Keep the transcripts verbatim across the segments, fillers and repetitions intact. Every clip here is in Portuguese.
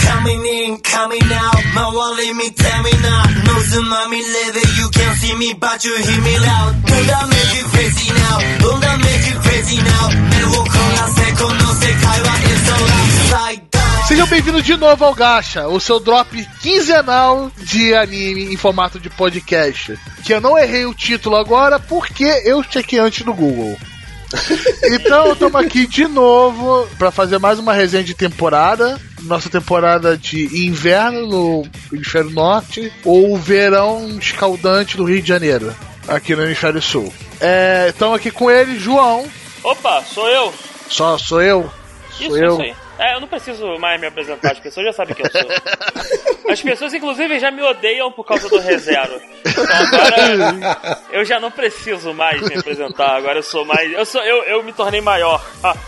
coming in, coming out. My wallet me tell me now. No tsunami level, you can't see me, but you hear me loud. Don't that make you crazy now? Don't that make you crazy now? Me wo konase kono sekai wa it's all upside down. Sejam bem-vindos de novo ao Gacha, o seu drop quinzenal de anime em formato de podcast. Que eu não errei o título agora porque eu chequei antes no Google. Então estamos aqui de novo para fazer mais uma resenha de temporada. Nossa temporada de inverno no hemisfério norte ou verão escaldante do Rio de Janeiro, aqui no hemisfério sul. É, estamos aqui com ele, João. Opa, sou eu. Só sou eu? Isso, sou eu. Isso aí. É, eu não preciso mais me apresentar, as pessoas já sabem quem eu sou. As pessoas, inclusive, já me odeiam por causa do ReZero. Então agora eu já não preciso mais me apresentar, agora eu sou mais... Eu, sou, eu, eu me tornei maior.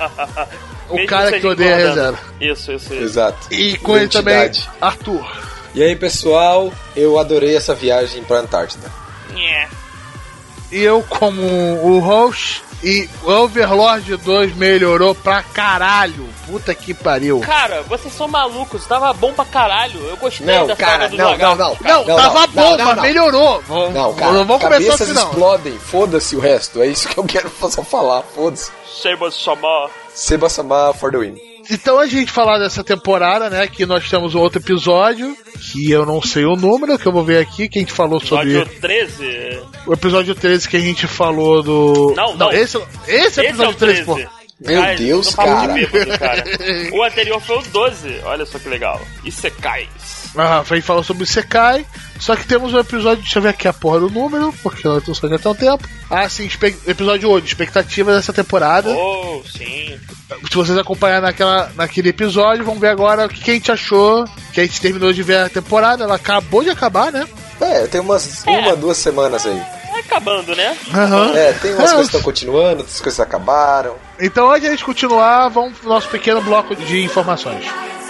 O cara que odeia ReZero. Isso, isso, isso. Exato. E com ele também, Arthur. E aí, pessoal, eu adorei essa viagem pra Antártida. Yeah. E eu como o host... E o Overlord dois melhorou pra caralho. Puta que pariu. Cara, vocês são malucos. Tava bom pra caralho. Eu gostei não, da cara, saga do não, lagarto. não, não, não, não. Tava não, bom, não, mas não. melhorou. Não, cara, não vamos começar cabeças assim, não. explodem. Foda-se o resto. É isso que eu quero só falar. Foda-se. Seba-sama. Seba-sama for the win. Então a gente falar dessa temporada, né? Que nós temos um outro episódio, que eu não sei o número, que eu vou ver aqui, que a gente falou sobre... Episódio treze? O episódio treze que a gente falou do... Não, não. Esse, esse é o episódio treze, pô. Meu cara, Deus, não cara. De bêbado, cara. O anterior foi o doze. Olha só que legal. Isekais. Ah, a gente falou sobre o Sekai. Só que temos um episódio, deixa eu ver aqui a porra do número, porque eu tô só já tem um tempo. Ah, sim, espe- episódio oito, expectativa dessa temporada. Oh, sim. Se vocês acompanharem naquela, naquele episódio, vão ver agora o que a gente achou. Que a gente terminou de ver a temporada, ela acabou de acabar, né? É, tem umas É. uma, duas semanas aí. É acabando, né? Aham. É, tem umas É, coisas que estão continuando, outras coisas acabaram. Então, antes de a gente continuar, vamos pro nosso pequeno bloco de informações.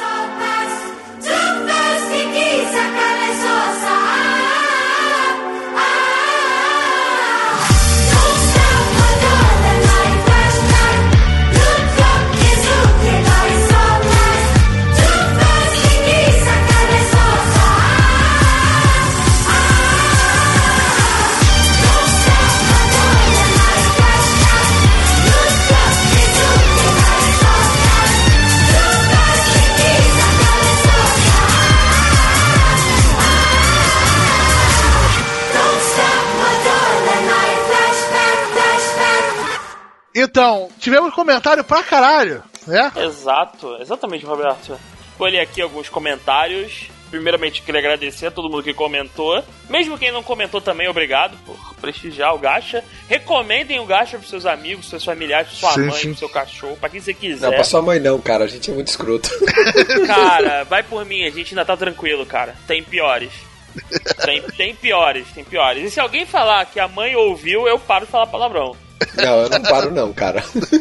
Então, tivemos comentário pra caralho, né? Exato, exatamente, Roberto. Vou ler aqui alguns comentários. Primeiramente, queria agradecer a todo mundo que comentou. Mesmo quem não comentou também, obrigado por prestigiar o Gacha. Recomendem o Gacha pros seus amigos, pros seus familiares, pra sua Sim, mãe, sim. pro seu cachorro, pra quem você quiser. Não, pra sua mãe não, cara. A gente é muito escroto. Cara, vai por mim, a gente ainda tá tranquilo, cara. Tem piores. Tem, tem piores, tem piores. E se alguém falar que a mãe ouviu, eu paro de falar palavrão. Não, eu não paro não, cara.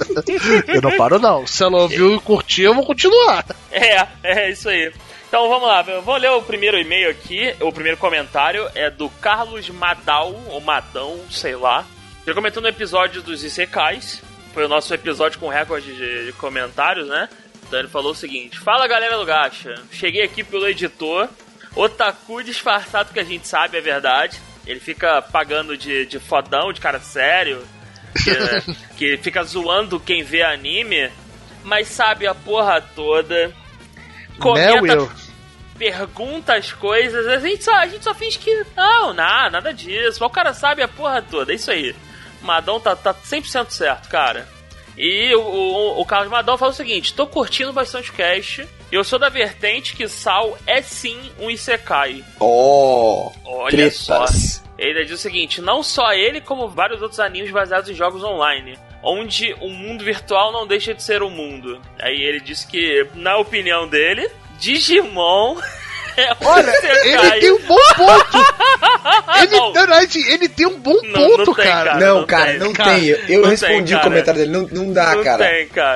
Eu não paro, não. Se ela ouviu e curtiu, eu vou continuar. É, é isso aí. Então vamos lá, eu vou ler o primeiro e-mail aqui. O primeiro comentário é do Carlos Madal, ou Madão, sei lá. Ele comentou no episódio dos Isekais. Foi o nosso episódio com recorde de, de comentários, né? Então ele falou o seguinte: fala galera do Gacha, cheguei aqui pelo editor. Otaku disfarçado, que a gente sabe, é verdade. Ele fica pagando de, de fodão, de cara sério. Que, que fica zoando quem vê anime, mas sabe a porra toda. Comenta, pergunta as coisas, a gente, só, a gente só finge que não, nada, nada disso. Mas o cara sabe a porra toda, é isso aí. O Madão tá, tá cem por cento certo, cara. E o, o, o Carlos Madão fala o seguinte: tô curtindo bastante o cast. Eu sou da vertente que Sal é sim um Isekai. Oh, olha tretas. só. Ele diz o seguinte: não só ele, como vários outros animes baseados em jogos online, onde o mundo virtual não deixa de ser um mundo. Aí ele disse que, na opinião dele, Digimon é um Olha, Isekai. ele tem um bom ponto. Ele, Não. na verdade, ele tem um bom Não, ponto, não tem, cara. cara. Não, não cara, tem, não cara. tem. Eu Não respondi tem, o cara. comentário dele. Não, não dá, não cara. tem, cara.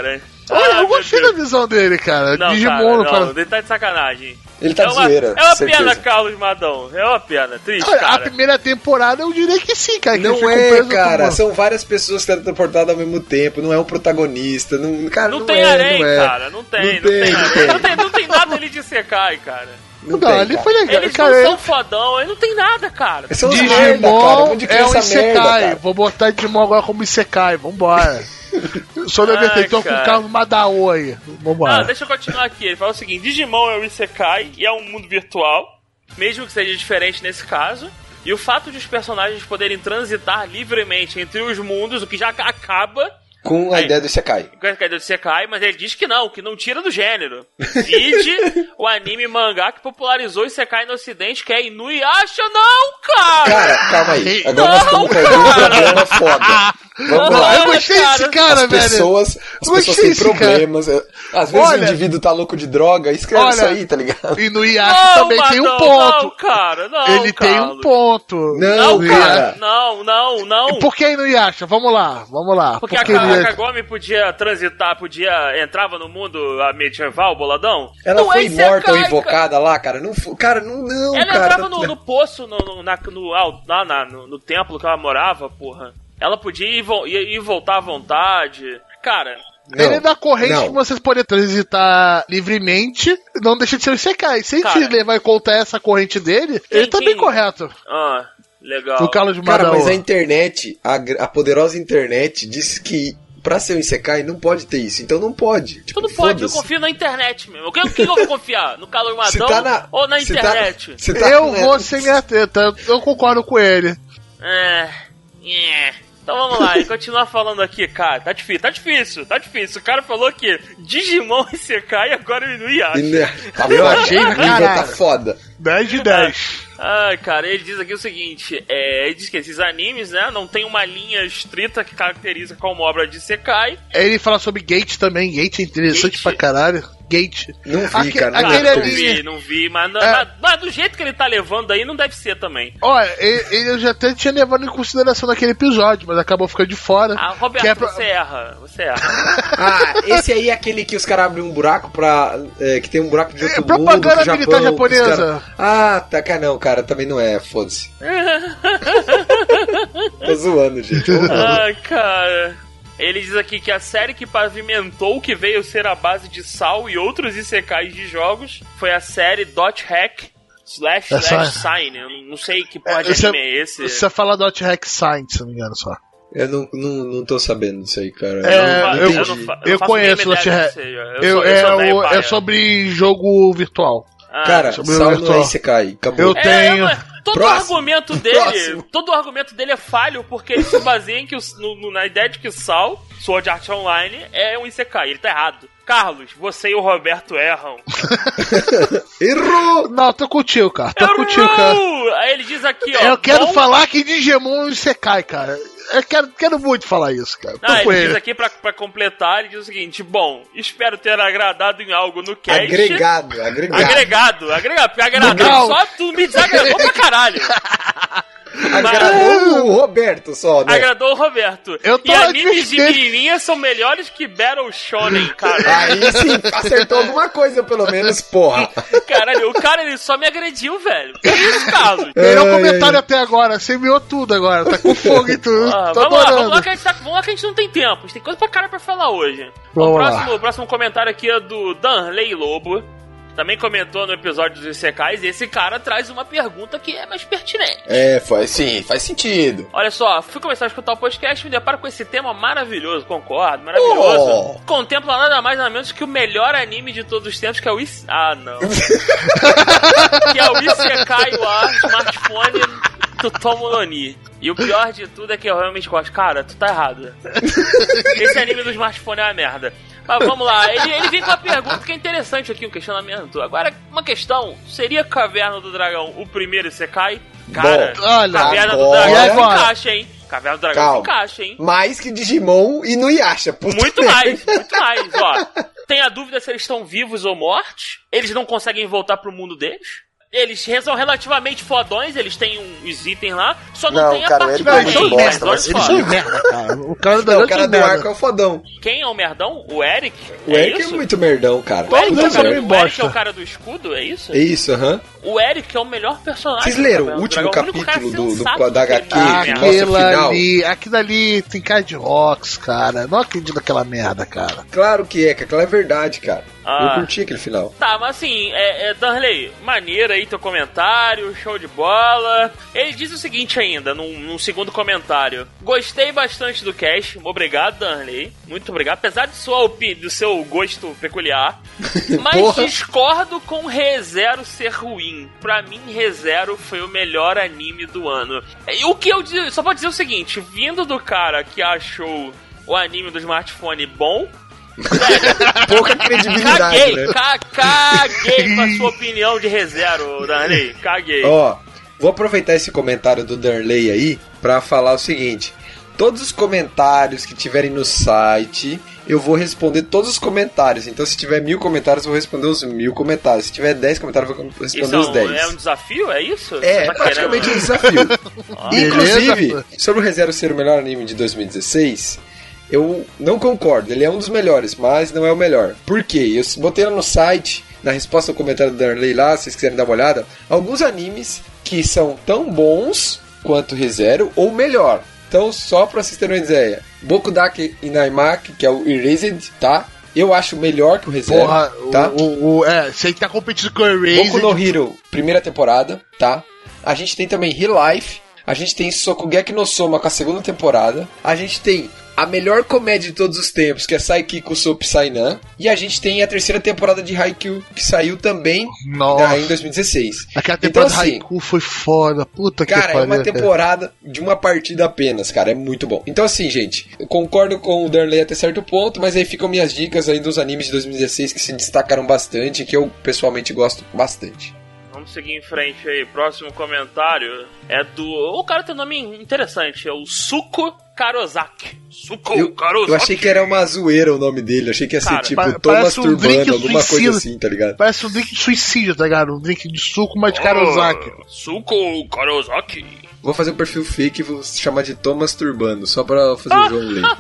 Olha, Ah, eu gostei meu da visão dele, cara. Não, Digimon, cara, cara. não, ele tá de sacanagem. Ele tá é de uma, zoeira, É uma certeza. pena, Carlos Madão. É uma pena. Triste, Olha, cara. a primeira temporada eu diria que sim, cara. Que Não eles ficam é, presos cara. com- São várias pessoas teletransportadas ao mesmo tempo. Não é um protagonista. Não, cara, Não, não, tem é, areia, não é. cara. Não tem, não, Não tem, tem, não areia. tem. Não tem, não tem nada ali de Sekai, cara. Não, Não, tem, ali cara. foi legal. Eles cara, não ele- são fodão, eles não tem nada, cara. São os merda, cara. Digimon Onde é criança um merda, Isekai. cara. Vou botar Digimon agora como Isekai. Vambora. Sou da Ai, então com o cara. Carlos Madao aí. Vambora. Ah, deixa eu continuar aqui. Ele fala o seguinte: Digimon é um Isekai e é um mundo virtual, mesmo que seja diferente nesse caso. E o fato de os personagens poderem transitar livremente entre os mundos, o que já acaba Com a Aí. ideia do Isekai. com a ideia do Sekai, mas ele diz que não, que não tira do gênero. Vide o anime mangá que popularizou o Isekai no ocidente, que é Inuyasha. Não, cara! Cara, calma aí. Agora Não, nós estamos perdendo um problema foda. Vamos Não, lá. eu gostei desse cara, As velho. pessoas, as Eu pessoas gostei têm desse cara. problemas. Às vezes Olha- o indivíduo tá louco de droga, escreve Olha- isso aí, tá ligado? E no Yasha Não, também tem um Madão, ponto. Não, cara, não, Ele tem um Carlos. ponto. Não, No cara. Yasha. Não, não, não. Por que no Yasha? Vamos lá, vamos lá. Porque, Porque a, ele- a Kagome podia transitar, podia... Entrava no mundo a medieval, boladão? Ela Não foi é Isekai, morta ou cara. invocada lá, cara. Não, foi- cara, não, não, Ela cara. entrava tá- no, no poço, no, no, na, no, al- lá na- no, no templo que ela morava, porra. Ela podia ir, e vo- ir, ir voltar à vontade. Cara, Não, ele é da corrente não. que vocês podem transitar livremente, não deixa de ser o Isekai. Se a Cara. gente levar em conta essa corrente dele, Quem- ele tá quem- bem correto. ah, legal. O Carlos de Cara, Madao. mas a internet, a, gr- a poderosa internet, disse que pra ser um Isekai não pode ter isso. Então não pode. Tipo, Tudo pode, eu foda-se. confio na internet mesmo. O que, o que eu vou confiar? No Carlos Se Madão tá na- ou na se tá- internet? se tá- Eu é, vou ser minha teta, eu concordo com ele. É, é. Então vamos lá, e continuar falando aqui, cara. Tá difícil, tá difícil, tá difícil. O cara falou que Digimon e Sekai e agora o Inuyasha. E, né, tá Eu foda. achei, O nível caralho. tá foda. dez de dez. Ai, cara, ele diz aqui o seguinte, é, ele diz que esses animes, né, não tem uma linha estrita que caracteriza como obra de Sekai. Ele fala sobre Gate também. Gate é interessante Gate? pra caralho. Gate. Não vi, Aque- cara. Não aquele Ah, vi. não ali- vi, não vi, mas, É. mas- mas do jeito que ele tá levando aí, não deve ser também. Olha, ele, ele eu já até tinha levado em consideração naquele episódio, mas acabou ficando de fora. Ah, Roberto, Que é pra- você erra, você erra. Ah, esse aí é aquele que os caras abrem um buraco pra. É, que tem um buraco de outro É, propaganda mundo. que o militar Japão, que os japonesa. cara- Ah, tá, cara, não, cara, também não é, foda-se. Tô zoando, gente. Eu- Ai, cara. Ele diz aqui que a série que pavimentou o que veio ser a base de Sal e outros isekais de jogos foi a série Dot Hack slash Essa- slash Sign. Eu não sei que porra de Você- anime é esse. Você fala Dot Hack Science, se não me engano só. Eu não, não, não tô sabendo disso aí, cara. É, não, eu- entendi. não fa- Eu faço conheço mínima Dot ideia Hack. do que seja. Eu Eu, sou- eu é, sou velho, o- paia. é sobre jogo virtual. Ah, Cara, sobre Sal o não é virtual. Isekai. Acabou. Eu É, tenho. mas todo Próximo. o argumento dele, Próximo. todo o argumento dele é falho porque ele se baseia em que o- no- no- na ideia de que o Sal, Sword Art Online, é um isekai. Ele tá errado. Carlos, você e o Roberto erram. Errou! Não, tô contigo, cara. Tô contigo, cara. Errou! Aí ele diz aqui, ó. Eu quero bom- falar que Digimon e Sekai, cara. Eu quero, quero muito falar isso, cara. Tô Ah, com ele ele. diz aqui pra, pra completar, ele diz o seguinte: bom, espero ter agradado em algo no cast. Agregado, agregado. Agregado, agregado, porque agradou. Legal. Só tu me desagradou pra caralho. Agradou o Roberto só, né? Agradou o Roberto. Eu tô e animes de advertindo. menininha são melhores que Battle Shonen, cara. Aí sim, acertou alguma coisa, pelo menos, porra. Caralho, o cara ele só me agrediu, velho. Que isso, Carlos? Melhor Ai, comentário ai. até agora. Você enviou tudo agora. Tá com fogo e tudo. Ah, Tô vamos lá, adorando. vamos lá, que a gente tá, vamos lá que a gente não tem tempo. A gente tem coisa pra cara pra falar hoje. Vamos o, lá. próximo, o próximo comentário aqui é do Danley Lobo. Também comentou no episódio dos Isekais. E esse cara traz uma pergunta que é mais pertinente. É, faz, sim, faz sentido. Olha só, fui começar a escutar o podcast e me deparo com esse tema maravilhoso, concordo, maravilhoso. Oh. Contempla nada mais nada menos que o melhor anime de todos os tempos, que é o Is... Ah, não. que é o Isekai wa Smartphone do Tomoloni. E o pior de tudo é que eu realmente gosto. Cara, tu tá errado. Esse anime do smartphone é uma merda. Mas vamos lá, ele, ele vem com uma pergunta que é interessante aqui, um questionamento. Agora, uma questão, seria Caverna do Dragão o primeiro Isekai? Cara, Bom, olha, Caverna do agora- Dragão E se agora? encaixa, hein? Caverna do Dragão Calma. se encaixa, hein? Mais que Digimon e Inuyasha. Puta Muito merda. mais, muito mais, ó. Tem a dúvida se eles estão vivos ou mortos. Eles não conseguem voltar pro mundo deles. Eles são relativamente fodões, eles têm uns itens lá, só não, Não, tem a cara, o parte Eric do é rei. muito Mas bosta, olha mas só. Eles são merda, cara. O cara da Não, o cara do merda. arco é o fodão. Quem é o merdão? O Eric? O é Eric isso? é muito merdão, cara. O Eric, é o, Todos cara, eles são o Eric bosta. é o cara do escudo, é isso? É isso, aham. O Eric é o melhor personagem. Vocês leram do o último Dragão, único cara capítulo do- do- sensato da daquele H Q? merda. Que mostra o Aquilo final? ali, aquilo ali tem cara de rocks, cara. Não acredito naquela merda, cara. Claro que é, que aquela é verdade, cara. Ah. Eu curti aquele final. Tá, mas assim, é, é, Darley, maneiro aí teu comentário, show de bola. Ele diz o seguinte ainda, num, num segundo comentário. Gostei bastante do cast, obrigado, Darley. Muito obrigado, apesar de sua opi- do seu gosto peculiar. Mas Porra. discordo com ReZero ser ruim. Pra mim, ReZero foi o melhor anime do ano. E o que eu diz- só vou dizer o seguinte, vindo do cara que achou o anime do smartphone bom, Pouca credibilidade, caguei, né? ca caguei com a sua opinião de ReZero, Darley. Caguei. Ó, vou aproveitar esse comentário do Darley aí pra falar o seguinte. Todos os comentários que tiverem no site, eu vou responder todos os comentários. Então, se tiver mil comentários, eu vou responder os mil comentários. Se tiver dez comentários, eu vou responder Isso é os um, dez. é um desafio, é isso? É, Você tá praticamente um querendo- desafio. Inclusive, Beleza? sobre o ReZero ser o melhor anime de dois mil e dezesseis, eu não concordo. Ele é um dos melhores, mas não é o melhor. Por quê? Eu botei lá no site, na resposta ao comentário do Darley lá, se vocês quiserem dar uma olhada, alguns animes que são tão bons quanto o ReZero, ou melhor. Então, só pra vocês terem uma ideia, Bokudake Inaimaki, que é o Erased, tá? Eu acho melhor que o ReZero, Porra, tá? o, o, o- é, você tá competindo com o Erased. Boku no Hero, primeira temporada, tá? A gente tem também Real Life, a gente tem Sokugeki no Soma com a segunda temporada, a gente tem a melhor comédia de todos os tempos, que é Saikiko Sou Psynan, e a gente tem a terceira temporada de Haikyuu, que saiu também Nossa. ah, em dois mil e dezesseis. Aquela Então, temporada assim, Haiku foi foda. Puta que cara, é pariu. uma cara. temporada de uma partida apenas, cara, é muito bom. Então assim, gente, eu concordo com o Darley até certo ponto, mas aí ficam minhas dicas aí dos animes de dois mil e dezesseis que se destacaram bastante, que eu pessoalmente gosto bastante. Vamos seguir em frente aí. Próximo comentário é do... O cara tem um nome interessante, é o Suko Karozaki. Suko Eu, Karozaki. eu achei que era uma zoeira o nome dele. Eu achei que ia ser Cara, tipo pa- Thomas parece um drink Turbano, alguma suicida. coisa assim, tá ligado? Parece um drink de suicídio, tá ligado? Um drink de suco, mas de Karozaki. Oh, Suko Karozaki. Vou fazer um perfil fake e vou chamar de Thomas Turbano, só pra fazer o João ler.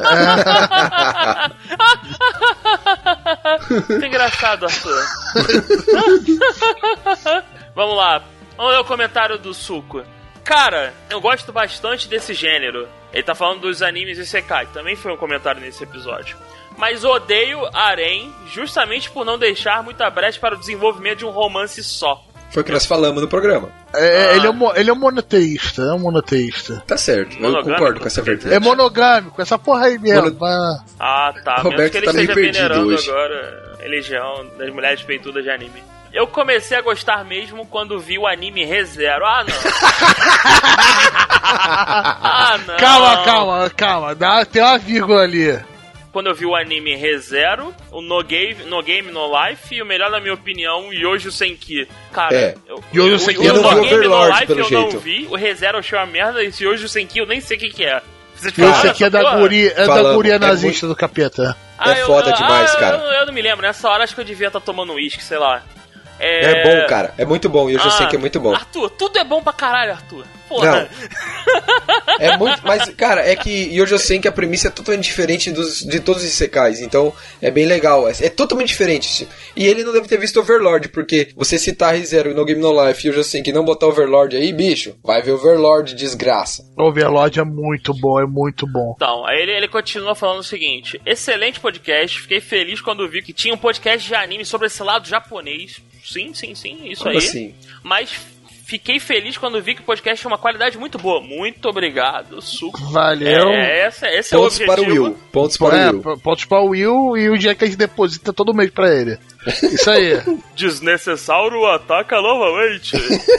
Que engraçado, Arthur. Vamos lá. Vamos ler o comentário do Suco. Cara, eu gosto bastante desse gênero. Ele tá falando dos animes Isekai. Também foi um comentário nesse episódio. Mas odeio Harem justamente por não deixar muita brecha para o desenvolvimento de um romance só. Foi o que nós falamos no programa. É, Ah. ele, é um, mo- ele é um monoteísta, é um monoteísta. Tá certo, eu Monogâmico, concordo com essa quer dizer. vertente. É monogâmico, essa porra aí mesmo. Mono- Ah, Ah, tá. Menos Roberto que ele tá meio esteja perdido venerando hoje. agora a religião das mulheres peitudas de anime. Eu comecei a gostar mesmo quando vi o anime ReZero. Ah, não. ah, não. Calma, calma, calma. Dá, tem uma vírgula ali. Quando eu vi o anime ReZero, o No Game, no Game No Life e o melhor, na minha opinião, o Yojo Senki. Cara, É. eu, Yojo o- Senki o, eu não No vi Game Overlord, No Life pelo eu jeito. não vi, o ReZero eu achei uma merda, e esse Yojo Senki eu nem sei o que que é. Vocês Esse falaram aqui é essa da porra? guria, é da Falamos, guria é nazista do capeta. Ah, É eu- foda ah, demais, eu- cara. Eu, eu não me lembro, nessa hora acho que eu devia estar tomando uísque, sei lá. É bom, cara. É muito bom. E eu já Ah, sei que é muito bom. Arthur, tudo é bom pra caralho, Arthur. Porra. Não. É muito. Mas, cara, é que Yojo Senki a premissa é totalmente diferente dos, de todos os isekais. Então, é bem legal. É, é totalmente diferente. E ele não deve ter visto Overlord, porque você citar ReZero no Game No Life e Yojo Senki e não botar Overlord aí, bicho, vai ver Overlord, desgraça. Overlord é muito bom, é muito bom. Então, aí ele, ele continua falando o seguinte: excelente podcast, fiquei feliz quando vi que tinha um podcast de anime sobre esse lado japonês. Sim, sim, sim, isso Como aí. assim? Mas fiquei feliz quando vi que o podcast tinha uma qualidade muito boa. Muito obrigado, Suco. Valeu. É, essa, esse é o Pontos objetivo. para o Will. Pontos para É, o Will. p- pontos pra Will e o dia que a gente deposita todo mês pra ele. Isso aí. Desnecessário ataca novamente.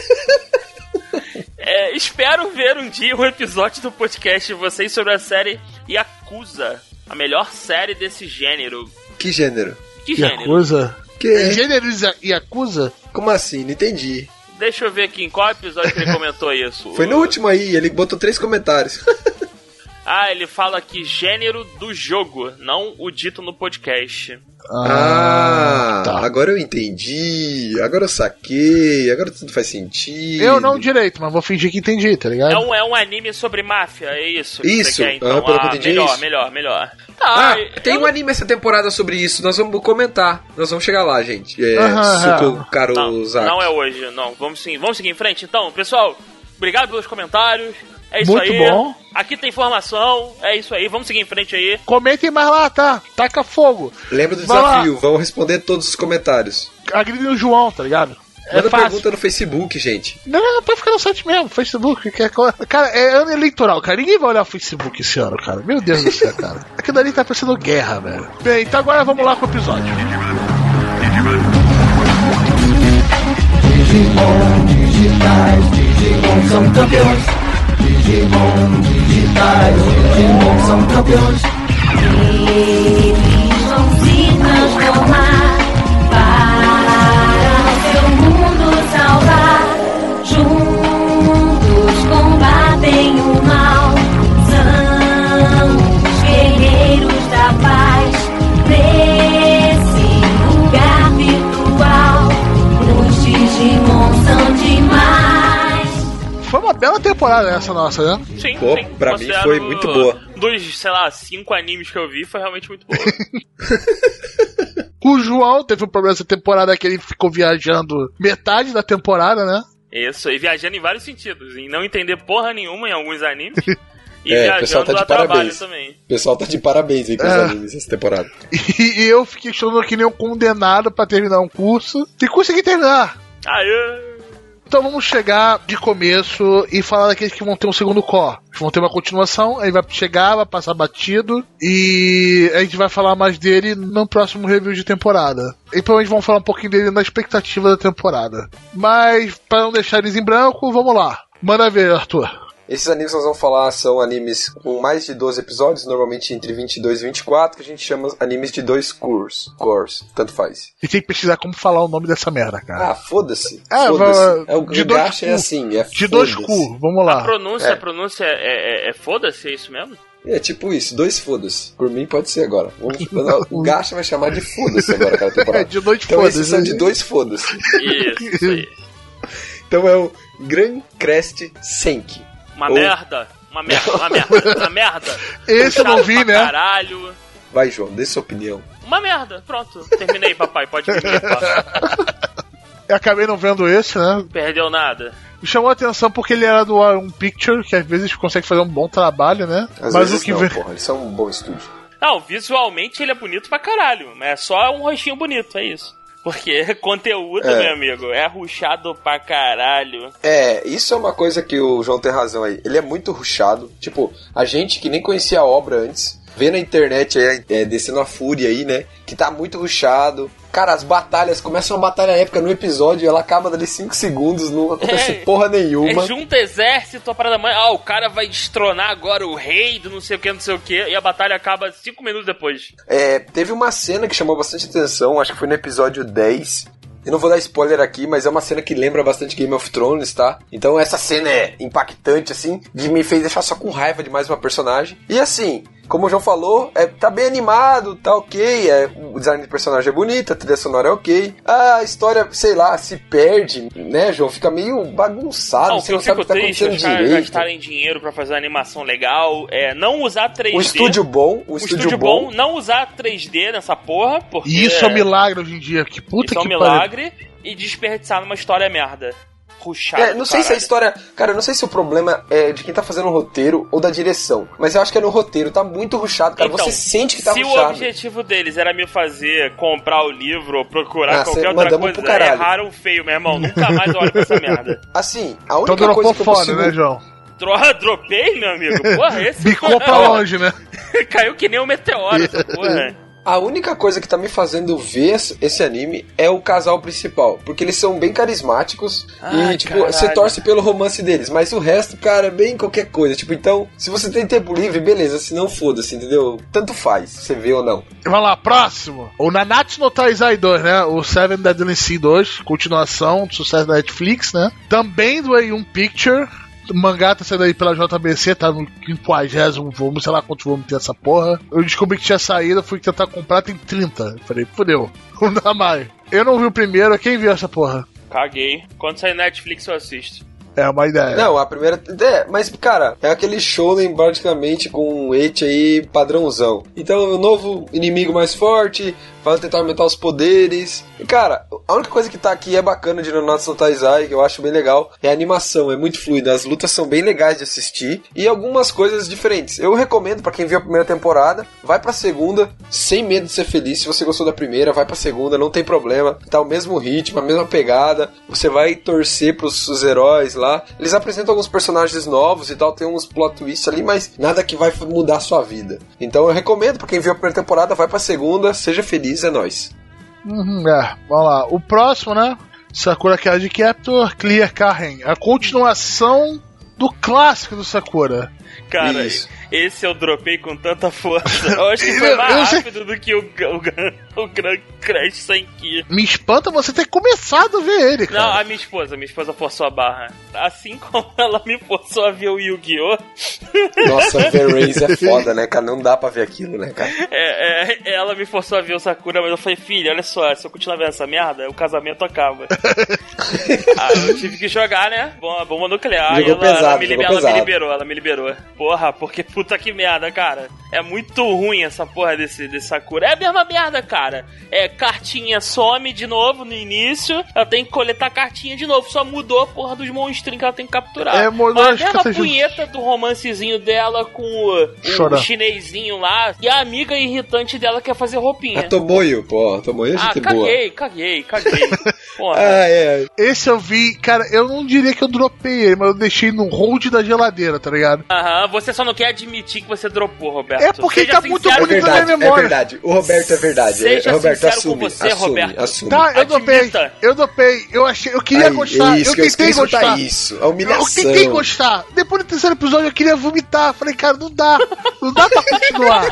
É, espero ver um dia um episódio do podcast de vocês sobre a série Yakuza, a melhor série desse gênero. Que gênero? Que gênero? Yakuza? Que? Gênero e Yakuza? Como assim? Não entendi. Deixa eu ver aqui em qual episódio que ele comentou isso. Foi no último aí, ele botou três comentários. Ah, ele fala aqui gênero do jogo, não o dito no podcast. Ah, ah tá. Agora eu entendi. Agora eu saquei. Agora tudo faz sentido. Eu não direito, mas vou fingir que entendi, tá ligado? É um, é um anime sobre máfia, é isso? Isso, que quer, então. ah, pelo que eu ah, entendi melhor, é isso. melhor, melhor. Tá, ah, tem eu... um anime essa temporada sobre isso. Nós vamos comentar. Nós vamos chegar lá, gente. É, uhum, Suko Karozaki. Não, não é hoje, não. Vamos sim, vamos seguir em frente então, pessoal. Obrigado pelos comentários. É isso Muito aí. Bom. Aqui tem informação. É isso aí. Vamos seguir em frente aí. Comentem mais lá, tá? Taca fogo. Lembra do Vai desafio. lá. Vamos responder todos os comentários. Agride o João, tá ligado? Manda é fácil. Pergunta no Facebook, gente. Não, não, pode ficar no site mesmo. Facebook. Que é... Cara, é ano eleitoral, cara. Ninguém vai olhar o Facebook esse ano, cara. Meu Deus do céu, cara. Aquilo ali tá parecendo guerra, velho. Bem, então agora vamos lá com o episódio. Digimon digitais, Digimon são campeões. Digimon digitais, Digimon são campeões. Eles vão se transformar para o seu mundo salvar. Juntos combatem o mal. São os guerreiros da paz. Nesse lugar virtual, os Digimon são demais. Foi uma bela temporada essa nossa, né? Sim, Pô, sim. pra mim foi muito boa. Dos, sei lá, cinco animes que eu vi, foi realmente muito boa. O João teve um problema essa temporada que ele ficou viajando metade da temporada, né? Isso, e viajando em vários sentidos. Em não entender porra nenhuma em alguns animes. E é, viajando tá a trabalho também. O pessoal tá de parabéns aí com os é. animes essa temporada. E, e eu fiquei chorando que nem um condenado pra terminar um curso. E consegui terminar. Aê! Então vamos chegar de começo e falar daqueles que vão ter um segundo core. Vão ter uma continuação, aí vai chegar, vai passar batido e a gente vai falar mais dele no próximo review de temporada. E provavelmente vamos falar um pouquinho dele na expectativa da temporada. Mas, para não deixar eles em branco, vamos lá. Manda ver, Arthur. Esses animes que nós vamos falar são animes com mais de doze episódios, normalmente entre vinte e dois e vinte e quatro, que a gente chama animes de dois cores, cores, tanto faz. E tem que pesquisar como falar o nome dessa merda, cara. Ah, foda-se. É, foda-se. É, o de gacha é assim, é de dois cu, vamos lá. A pronúncia, é. a pronúncia é, é, é foda-se, é isso mesmo? É tipo isso, dois foda-se. Por mim pode ser agora. Vamos, o gacha vai chamar de foda-se agora, cara, temporada. É, de dois então foda-se. Esses são de dois foda-se. Isso, isso aí. Então é o Gran Crest Senki. Uma Ou... merda. Uma merda, uma merda, uma merda. Esse eu não vi, né? Caralho. Vai, João, dê sua opinião. Uma merda, pronto. Terminei, papai, pode me limpar. Eu acabei não vendo esse, né? Perdeu nada. Me chamou a atenção porque ele era do um Picture, que às vezes consegue fazer um bom trabalho, né? Às Mas vezes o que não, vê... porra, eles são um bom estúdio. Não, visualmente ele é bonito pra caralho, mas é só um rostinho bonito, é isso. Porque conteúdo, é. meu amigo, é rushado pra caralho. É, isso é uma coisa que o João tem razão aí. Ele é muito rushado. Tipo, a gente que nem conhecia a obra antes, vê na internet aí, é, descendo a fúria aí, né? Que tá muito rushado. Cara, as batalhas, começa uma batalha épica no episódio e ela acaba dali cinco segundos, não acontece é, porra nenhuma. É junta exército, a parada mãe, ah, o cara vai destronar agora o rei do não sei o que, não sei o que, e a batalha acaba cinco minutos depois. É, teve uma cena que chamou bastante atenção, acho que foi no episódio dez. Eu não vou dar spoiler aqui, mas é uma cena que lembra bastante Game of Thrones, tá? Então essa cena é impactante, assim, de me fez deixar só com raiva de mais uma personagem. E assim... Como o João falou, é, tá bem animado, tá ok, é, o design de personagem é bonito, a trilha sonora é ok. A história, sei lá, se perde, né, João? Fica meio bagunçado, não, você não sabe o que tá acontecendo direito. Gastarem dinheiro pra fazer uma animação legal, é, não usar três D. O estúdio bom, o, o estúdio, estúdio bom. bom. Não usar três D nessa porra, porque... Isso é um milagre hoje em dia, que puta isso que é um milagre, pare... e desperdiçar numa história merda. Ruxado, é, não sei caralho. se a história... Cara, eu não sei se o problema é de quem tá fazendo o roteiro ou da direção. Mas eu acho que é no roteiro. Tá muito ruxado, cara. Então, você sente que tá se ruxado. Se o objetivo deles era me fazer comprar o livro ou procurar ah, qualquer outra coisa, erraram feio, meu irmão. Nunca mais olho pra essa merda. Assim, a única então, coisa que eu foda, consigo... né, João? Dro- Dropei, meu amigo? Porra, esse... Bicou pra longe, né? Caiu que nem um meteoro, essa porra. A única coisa que tá me fazendo ver esse anime é o casal principal. Porque eles são bem carismáticos. Ai, e, tipo, caralho. Você torce pelo romance deles. Mas o resto, cara, é bem qualquer coisa. Tipo, então, se você tem tempo livre, beleza. Se não, foda-se, entendeu? Tanto faz, você vê ou não. Vamos lá, próximo. O Nanatsu no Taizai dois, né? O Seven Deadly Sins dois, continuação do sucesso da Netflix, né? Também do A um Picture. O mangá tá saindo aí pela J B C, tá no quinquagésimo volume, sei lá quantos volumes tem essa porra. Eu descobri que tinha saído, fui tentar comprar, tem trinta. Falei, fudeu, não dá mais. Eu não vi o primeiro, quem viu essa porra? Caguei. Quando sair Netflix eu assisto. É uma ideia. Não, a primeira. É, mas, cara, é aquele shonen praticamente com um eti aí padrãozão. Então, o novo inimigo mais forte, vai tentar aumentar os poderes. E, cara, a única coisa que tá aqui é bacana de Nanatsu no Taizai, que eu acho bem legal, é a animação, é muito fluida. As lutas são bem legais de assistir e algumas coisas diferentes. Eu recomendo pra quem viu a primeira temporada, vai pra segunda, sem medo de ser feliz. Se você gostou da primeira, vai pra segunda, não tem problema. Tá o mesmo ritmo, a mesma pegada. Você vai torcer pros os heróis lá. Eles apresentam alguns personagens novos e tal, tem uns plot twists ali, mas nada que vai mudar a sua vida. Então eu recomendo pra quem viu a primeira temporada, vai pra segunda, seja feliz, é nóis. Uhum, é, vamos lá. O próximo, né? Sakura Card Captor Clear Karen. A continuação do clássico do Sakura. Cara, Isso. esse eu dropei com tanta força. Eu acho que foi mais Eu sei- rápido do que o, o, o Grand Crash sem Ki. Me espanta você ter começado a ver ele, cara. Não, a minha esposa, minha esposa forçou a barra. Assim como ela me forçou a ver o Yu-Gi-Oh! Nossa, ver Raze é foda, né, cara? Não dá pra ver aquilo, né, cara? É, é, ela me forçou a ver o Sakura, mas eu falei, filha, olha só, se eu continuar vendo essa merda, o casamento acaba. Aí eu tive que jogar, né? Bomba, bomba nuclear. Jogou E ela, pesado, ela, me, jogou ela pesado. me liberou, ela me liberou. Porra, porque puta que merda, cara. É muito ruim essa porra desse, desse Sakura. É a mesma merda, cara. É, cartinha some de novo no início, ela tem que coletar cartinha de novo. Só mudou a porra dos monstrinhos que ela tem que capturar. É, mudou Mas a as mesma cartas de- punheta do romancezinho dela com o, o Chora. chinesinho lá. E a amiga irritante dela quer fazer roupinha. A Tomoyo, pô, a Tomoyo é Ah, gente boa. caguei, caguei, caguei. Porra. Ah, é. Esse eu vi, cara, eu não diria que eu dropei ele, mas eu deixei no hold da geladeira, tá ligado? Aham, você só não quer admitir que você dropou, Roberto. É porque Seja tá muito sincero É bonito com- na verdade, é memória. verdade. O Roberto é verdade. Seja É, Roberto, sincero assume, com você, assume, Roberto. assume. Tá, eu Admita. dropei, eu dropei, eu achei, eu queria Aí, gostar, isso, eu que eu tentei queria escutar gostar. isso, a Eu humilhação. tentei gostar. Depois do terceiro episódio eu queria vomitar. Falei, cara, não dá. Não dá pra continuar.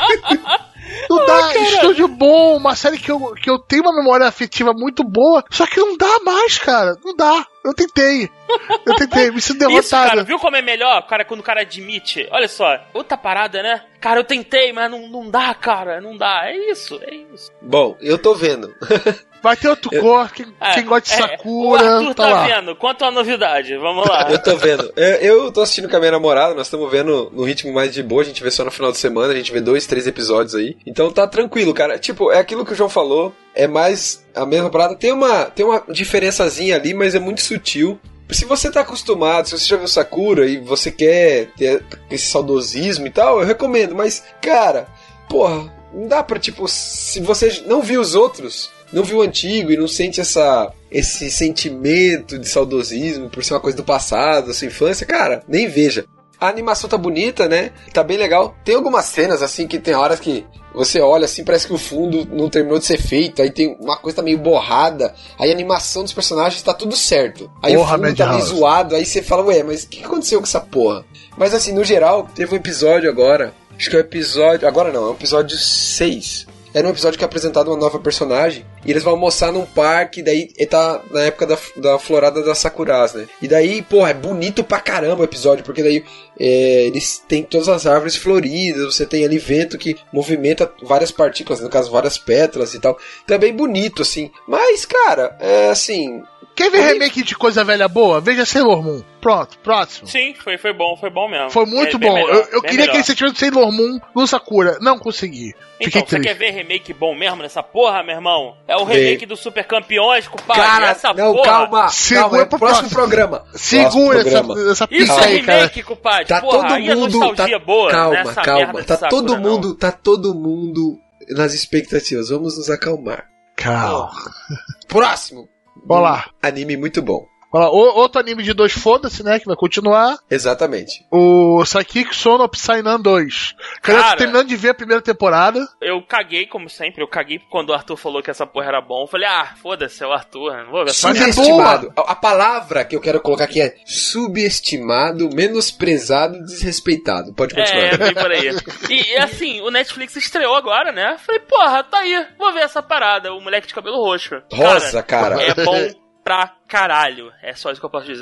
Não dá, estúdio bom, uma série que eu, que eu tenho uma memória afetiva muito boa, só que não dá mais, cara. Não dá. Eu tentei. Eu tentei, me sinto Isso, cara, derrotado. viu como é melhor, cara, quando o cara admite? Olha só, outra parada, né? Cara, eu tentei, mas não, não dá, cara, não dá. É isso, é isso. Bom, eu tô vendo. Vai ter outro cor, quem, É, quem gosta de é, Sakura, o Arthur tá, tá lá. vendo, quanto a novidade, vamos lá. Eu tô vendo. Eu, eu tô assistindo com a minha namorada, nós estamos vendo no ritmo mais de boa, a gente vê só no final de semana, a gente vê dois, três episódios aí. Então tá tranquilo, cara. Tipo, é aquilo que o João falou, é mais a mesma parada. Tem uma, tem uma diferençazinha ali, mas é muito sutil. Se você tá acostumado, se você já viu Sakura e você quer ter esse saudosismo e tal, eu recomendo. Mas, cara, porra, não dá pra, tipo, se você não viu os outros, não viu o antigo e não sente essa, esse sentimento de saudosismo por ser uma coisa do passado, da sua infância, cara, nem veja. A animação tá bonita, né? Tá bem legal. Tem algumas cenas, assim, que tem horas que você olha, assim, parece que o fundo não terminou de ser feito. Aí tem uma coisa tá meio borrada. Aí a animação dos personagens tá tudo certo. Aí Porra, o fundo tá meio Madhouse. zoado. Aí você fala, ué, mas o que aconteceu com essa porra? Mas, assim, no geral, teve um episódio agora. Acho que é o episódio... Agora não, é o episódio seis. Era um episódio que é apresentado uma nova personagem. E eles vão almoçar num parque. Daí ele tá na época da, da florada das Sakuras, né? E daí, porra, é bonito pra caramba o episódio. Porque daí é, eles têm todas as árvores floridas. Você tem ali vento que movimenta várias partículas, no caso, várias pétalas e tal. Então é bem bonito, assim. Mas, cara, é assim... Quer ver Foi- remake de coisa velha boa? Veja Sailor Moon. Pronto, próximo. Sim, foi, foi bom, foi bom mesmo. Foi muito Bem- bem bom. melhor, eu eu bem queria melhor. aquele sentimento de Sailor Moon no Sakura. Não consegui. Fiquei Então, você triste. quer ver remake bom mesmo nessa porra, meu irmão? É o Vê. remake do Super Campeões, compadre. Cara, essa não, porra. calma. Segura calma, é pro próximo próximo. programa. Segura Próximo essa, programa. essa Isso pista é aí, cara. remake, compadre. Tá porra, todo aí é mundo... nostalgia Tá, boa, calma, nessa calma. merda de Tá Sakura, todo não. mundo... Tá todo mundo nas expectativas. Vamos nos acalmar. Calma. Próximo. Vamos lá. Anime muito bom. Vamos lá. O- outro anime de dois foda-se, né? Que vai continuar. Exatamente. O Sakiki Sono Psynan dois. Cara, eu tô Cara. terminando de ver a primeira temporada. Eu caguei, como sempre, eu caguei quando o Arthur falou que essa porra era bom. Eu falei, ah, foda-se, é o Arthur, não vou ver essa Mas é merda. Subestimado. A, a palavra que eu quero colocar aqui é subestimado, menosprezado, desrespeitado. Pode continuar. É, bem por aí. E, e, assim, o Netflix estreou agora, né? Falei, porra, tá aí, vou ver essa parada. O moleque de cabelo roxo. Rosa, cara. É bom pra caralho. É só isso que eu posso dizer.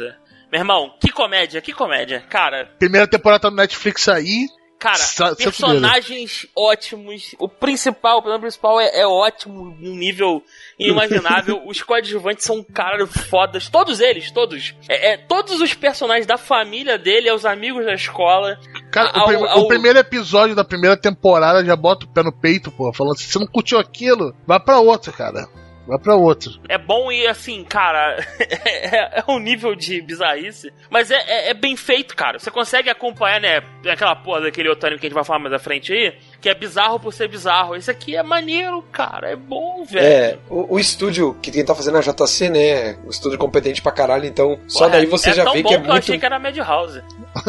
Meu irmão, que comédia, que comédia. Cara, Primeira temporada tá no Netflix aí. cara, Sa- personagens ótimos. O principal, o plano principal é, é ótimo, num nível inimaginável. Os coadjuvantes são, cara, fodas. Todos eles, todos. É, é, todos os personagens da família dele, é os amigos da escola. Cara, ao- o, prim- ao- o primeiro episódio da primeira temporada já bota o pé no peito, pô. Falando assim, se você não curtiu aquilo, vai pra outro, cara. Vai pra outro. É bom e assim, cara, é, é um nível de bizarrice, mas é, é, é bem feito, cara. Você consegue acompanhar, né, aquela porra daquele outro anime que a gente vai falar mais à frente aí, que é bizarro por ser bizarro. Esse aqui é maneiro, cara, é bom, velho. É, o, o estúdio que quem tá fazendo é a J C, né? O estúdio competente pra caralho, então só Porra, daí você é já tão vê bom que é eu muito. achei que era Madhouse.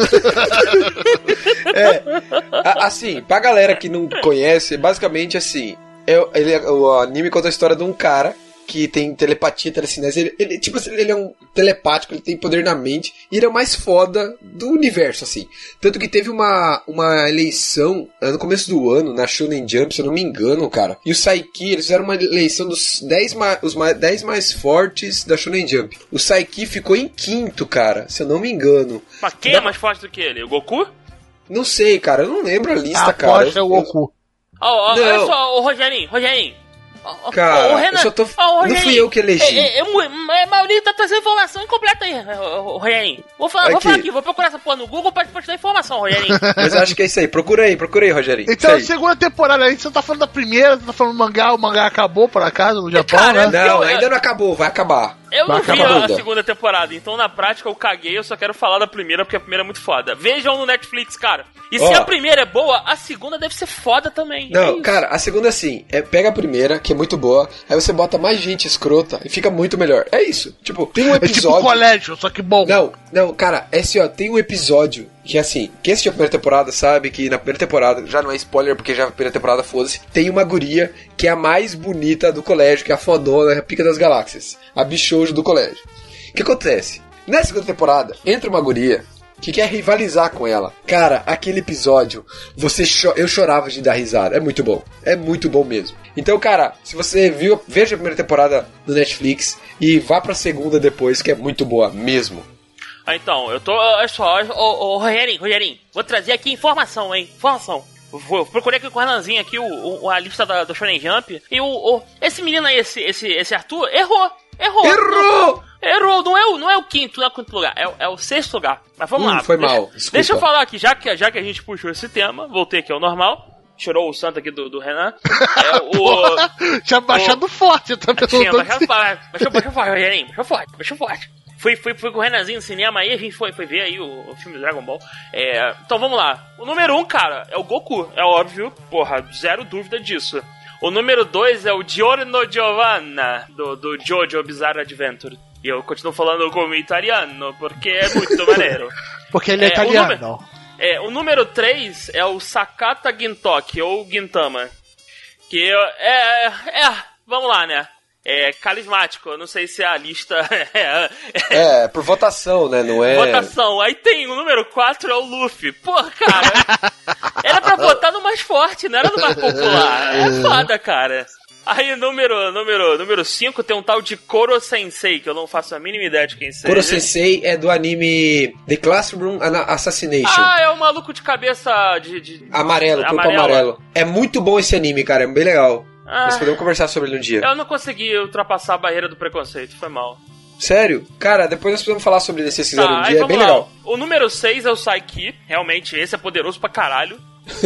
É, a- assim, pra galera que não conhece, basicamente assim, é, ele, é- o anime conta a história de um cara que tem telepatia, telecinese, ele, ele, tipo assim, ele é um telepático, ele tem poder na mente, e ele é o mais foda do universo, assim. Tanto que teve uma, uma eleição no começo do ano, na Shonen Jump, se eu não me engano, cara, e o Saiki, eles fizeram uma eleição dos dez, ma- os ma- dez mais fortes da Shonen Jump. O Saiki ficou em quinto, cara, se eu não me engano. Mas quem é mais forte do que ele? O Goku? Não sei, cara, eu não lembro a lista, A cara. aposta é o Eu- Goku. Ó, ó, Não. olha só, o Rogerinho, Rogerinho. Ó, ó, Cara, ó, o Renan, eu só tô- ó, o não Rogerinho. fui eu que elegi. É, é, é, é, Maurício tá trazendo informação incompleta aí, o Rogerinho. Vou falar, vou Aqui. falar aqui, vou procurar essa porra no Google pra te dar informação, Rogerinho. Mas eu acho que é isso aí. Procura aí, procura aí, Rogerinho. Então, a Isso aí. segunda temporada aí, você tá falando da primeira, você tá falando do mangá, o mangá acabou por acaso no Japão, Cara, né? Não, eu- ainda não acabou, vai acabar. Eu não Vai vi acabar a ainda. segunda temporada, então na prática eu caguei, eu só quero falar da primeira, porque a primeira é muito foda. Vejam no Netflix, cara. E se Ó. a primeira é boa, a segunda deve ser foda também. É Não, isso. cara, a segunda assim, é, pega a primeira, que é muito boa, aí você bota mais gente escrota e fica muito melhor. É isso. Tipo, tem um É tipo episódio. colégio, só que bom. Não, não, cara, esse ó, tem um episódio que assim, quem assistiu a primeira temporada sabe que na primeira temporada, já não é spoiler porque já a primeira temporada foda-se, tem uma guria que é a mais bonita do colégio, que é a fodona, a pica das galáxias, a bichojo do colégio. O que acontece? Na segunda temporada, entra uma guria que quer rivalizar com ela. Cara, aquele episódio, você cho- eu chorava de dar risada. É muito bom. É muito bom mesmo. Então, cara, se você viu, veja a primeira temporada no Netflix e vá pra segunda depois, que é muito boa mesmo. Ah, então, eu tô. Olha só, ô, ô, Rogerinho, Rogerinho, vou trazer aqui informação, hein? Informação. Vou, procurei aqui com o Renanzinho aqui o, o- a lista da, do Shonen Jump. E o, o- esse menino aí, esse, esse, esse Arthur, errou. Errou. Errou! Errou, não é o, não é o quinto, não é o quinto lugar, é, o- é o sexto lugar. Mas vamos Hum, lá. foi deixa, mal, desculpa. Deixa eu falar aqui, já que, já que a gente puxou esse tema, voltei aqui ao normal. Chorou o santo aqui do, do Renan. É, o, Tinha baixado forte, tá tinha perguntando baixado, baixou, baixou forte, Rogerinho, baixou forte, baixou forte. Fui, fui, fui com o Renanzinho no cinema aí, a gente foi, foi ver aí o, o filme do Dragon Ball. É, então vamos lá. O número um, cara, é o Goku, é óbvio, porra, zero dúvida disso. O número dois é o Giorno Giovanna, do, do Jojo Bizarre Adventure. E eu continuo falando como italiano, porque é muito maneiro. porque ele é, É, o italiano. número- É, o número três é o Sakata Gintoki, ou Gintama. Que é, é, é, vamos lá, né? É carismático, eu não sei se a lista é, É, por votação, né? Não é. votação. Aí tem o número quatro, é o Luffy. Pô, cara, era pra botar no mais forte, não era no mais popular. É foda, cara. Aí número número número cinco tem um tal de Koro Sensei, que eu não faço a mínima ideia de quem seja. Koro Sensei é do anime The Classroom Ana- Assassination. Ah, é o maluco de cabeça de... de... Amarelo, corpo Amarela. amarelo. É muito bom esse anime, cara. É bem legal. Ah. Nós podemos conversar sobre ele um dia. Eu não consegui ultrapassar a barreira do preconceito, foi mal. Sério? Cara, depois nós podemos falar sobre ele se vocês quiserem um aí dia. É vamos bem lá. legal. O número seis é o Saiki, realmente, esse é poderoso pra caralho.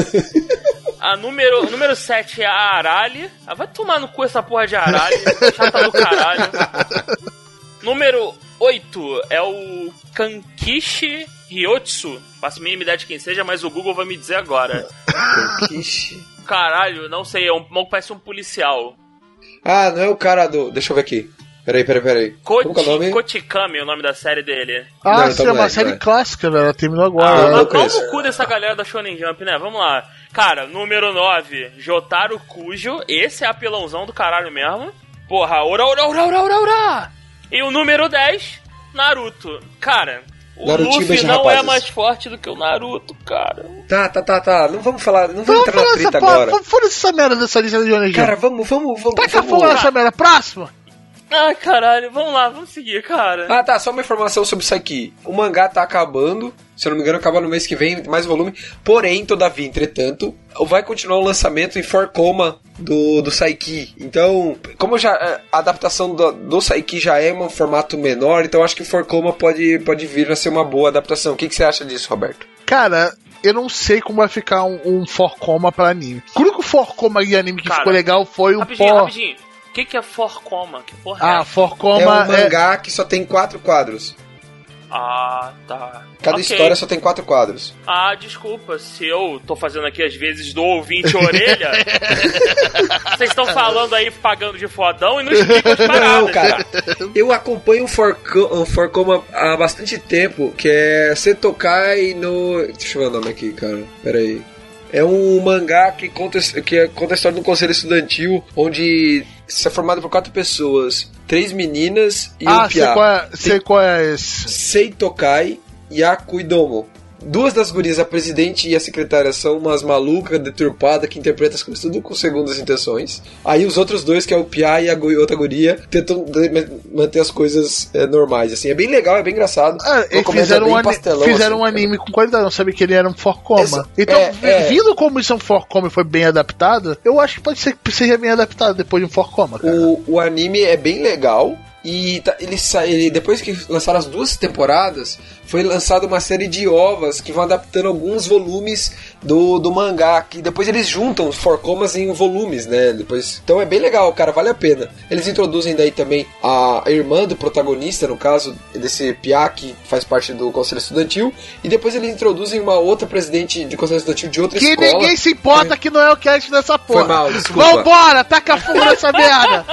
A número, o número sete é a Arali. Ah, vai tomar no cu essa porra de Arali, chata do caralho. Número oito é o Kankishi Ryotsu. Faço a mínima ideia de quem seja, mas o Google vai me dizer agora. Kishi. Caralho, não sei, é um, parece um policial. Ah, não é o cara do. Deixa eu ver aqui. Peraí, peraí, peraí. Como que é o Koti, nome? Kotikami é o nome da série dele. Ah, Não, então sim, é não é, uma série não é. clássica, velho. Ela terminou Ah, agora. não, né? mas não pau conheço. no cu dessa galera da Shonen Jump, né? Vamos lá. Cara, número nove, Jotaro Kujo. Esse é apelãozão do caralho mesmo. Porra, ora, ora, ora, ora, ora, ora. E o número dez, Naruto. Cara, o Narutinho Luffy beija não rapazes. é mais forte do que o Naruto, cara. Tá, tá, tá, tá. Não vamos falar. Não vamos Vamos entrar na falar essa treta porra. agora. Vamos- Foda-se essa merda dessa lista de Johnny Cara, vamos, vamos, vamos. Taca vamos. fogo nessa merda. Próximo. Ai, caralho, vamos lá, vamos seguir, cara. Ah, tá, só uma informação sobre isso aqui. O mangá tá acabando, se eu não me engano, acaba no mês que vem, mais volume. Porém, todavia, entretanto, vai continuar o lançamento em four koma do, do Saiki. Então, como já a adaptação do, do Saiki já é um formato menor, então acho que o four koma pode, pode vir a ser uma boa adaptação. O que, que você acha disso, Roberto? Cara, eu não sei como vai ficar um, um four koma pra anime. O único four koma de anime que Cara, ficou legal foi o Rapidinho, pó... rapidinho. O que, que é four koma? Que porra é Ah, essa? four É koma um mangá que só tem quatro quadros. Ah, tá. Cada Ok. história só tem quatro quadros. Ah, desculpa, se eu tô fazendo aqui às vezes do ouvinte orelha, vocês estão falando aí pagando de fodão e não explicam as paradas. Não, cara. Eu acompanho o four Ko- o four koma há bastante tempo, que é Setokai no... Deixa eu ver o nome aqui, cara. Pera aí. É um mangá que conta, que conta a história de um conselho estudantil, onde isso é formado por quatro pessoas. Três meninas e Ah, um sei piá. qual, é, sei qual é esse. Seitokai Yakuidomo. Duas das gurias, a presidente e a secretária, são umas malucas, deturpadas, que interpretam as coisas tudo com segundas intenções. Aí os outros dois, que é o Pia e a gu- outra guria, tentam de- manter as coisas é, normais, assim. É bem legal, é bem engraçado. Ah, No eles começo fizeram, é bem um, ani- pastelão, fizeram um assim, anime com qualidade, não sabia que ele era um four koma. Essa- Então, é, vi- é. vindo como isso é um four koma e foi bem adaptado, eu acho que pode ser que seja bem adaptado depois de um four koma, cara. O, o anime é bem legal. E tá, ele, sa- ele, depois que lançaram as duas temporadas, foi lançada uma série de ovas que vão adaptando alguns volumes do, do mangá. Que depois eles juntam os four komas em volumes, né? Depois, então é bem legal, cara, vale a pena. Eles introduzem daí também a irmã do protagonista, no caso, desse Pia, que faz parte do conselho estudantil. E depois eles introduzem uma outra presidente de conselho estudantil de outra Que escola. ninguém se importa que não é o cast dessa porra. Foi mal, desculpa. Vambora, taca fogo nessa merda.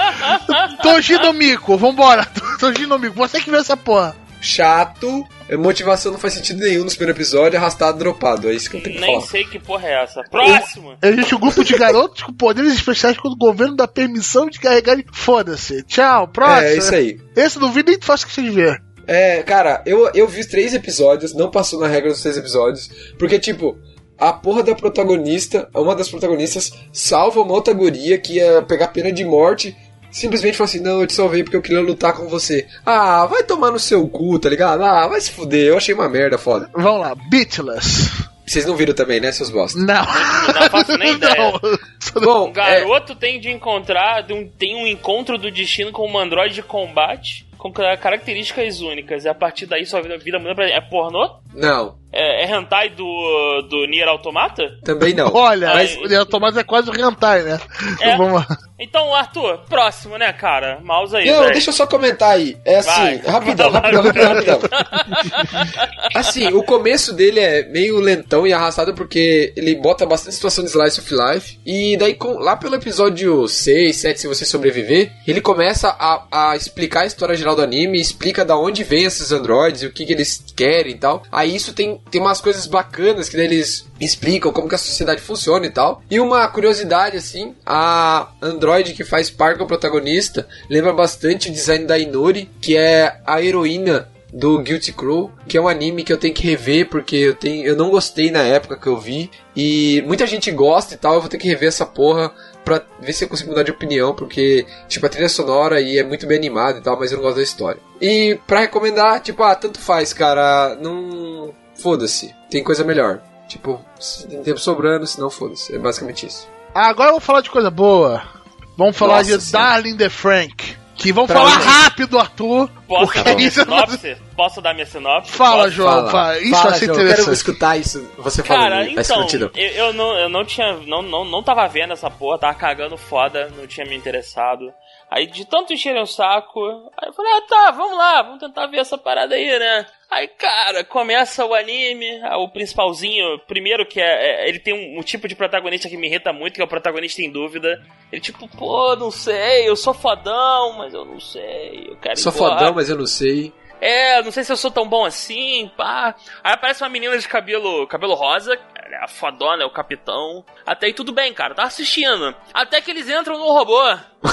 Toji no Mico, vambora. Toji no Mico, você que viu essa porra. Chato, motivação não faz sentido nenhum no primeiro episódio, arrastado, dropado. É isso que eu tenho que Nem falar. sei que porra é essa. Próximo! Existe um grupo de garotos com poderes especiais quando o governo dá permissão de carregar. Foda-se. Tchau, próximo. É, isso aí. Esse não vi nem faço que vocês ver. É, cara, eu, eu vi os três episódios, não passou na regra dos três episódios, porque, tipo, a porra da protagonista, uma das protagonistas, salva uma outra guria que ia pegar pena de morte, simplesmente falou assim, não, eu te salvei porque eu queria lutar com você. Ah, vai tomar no seu cu, tá ligado? Ah, vai se fuder, eu achei uma merda, foda. Vamos lá, Beatless. Vocês não viram também, né, seus bosta? Não. Não faço nem ideia. Não. Bom, O garoto tem de encontrar, de um- tem um encontro do destino com um androide de combate com ca- características únicas. E a partir daí sua vida, vida muda pra... É pornô? é, não, É, é hentai do, do Nier Automata? também não. Olha, mas mas o Tomás é quase o hentai, né? É. Vamos lá. Então, Arthur, próximo, né, cara? Mouse aí, Não, velho. deixa eu só comentar aí. É assim, Vai. rapidão, Vai. rapidão, rapidão, rapidão. Assim, o começo dele é meio lentão e arrastado porque ele bota bastante situação de slice of life. E daí, com- lá pelo episódio seis, sete, se você sobreviver, ele começa a, a explicar a história geral do anime, explica da onde vem esses androides e o que, que eles querem e tal. Aí isso tem, tem umas coisas bacanas que daí eles explicam como que a sociedade funciona e tal. E uma curiosidade, assim, a androide que faz par com o protagonista lembra bastante o design da Inori, que é a heroína do Guilty Crow, que é um anime que eu tenho que rever porque eu, tenho, eu não gostei na época que eu vi e muita gente gosta e tal, eu vou ter que rever essa porra pra ver se eu consigo mudar de opinião, porque tipo, a trilha sonora e é muito bem animada e tal, mas eu não gosto da história. E pra recomendar, tipo, ah, tanto faz, cara, não... foda-se, tem coisa melhor. Tipo, se tem tempo sobrando, se não, foda-se, é basicamente isso. Agora eu vou falar de coisa boa. Vamos falar Nossa de senhora. Darling the Frank. Que vamos Pra falar mim. rápido, Arthur. Posso porque dar minha isso não- sinopse? Posso dar minha sinopse? Fala, Posso? João. Fala. Isso fala, eu achei João, eu quero interessante. escutar isso, você Cara, falando, vai então, continuar. eu, eu não, eu não tinha, não, não, não tava vendo essa porra, tava cagando foda, não tinha me interessado. Aí de tanto encherem o saco, aí eu falei, ah tá, vamos lá, vamos tentar ver essa parada aí, né? Aí, cara, começa o anime, o principalzinho, primeiro que é, é- ele tem um, um tipo de protagonista que me irrita muito, que é o protagonista em dúvida. Ele tipo, pô, não sei, eu sou fodão, mas eu não sei, eu quero ir Sou embora. fodão, mas eu não sei. É, não sei se eu sou tão bom assim, pá. Aí aparece uma menina de cabelo, cabelo rosa, ela é a fodona, é o capitão. Até aí tudo bem, cara, tá assistindo. Até que eles entram no robô.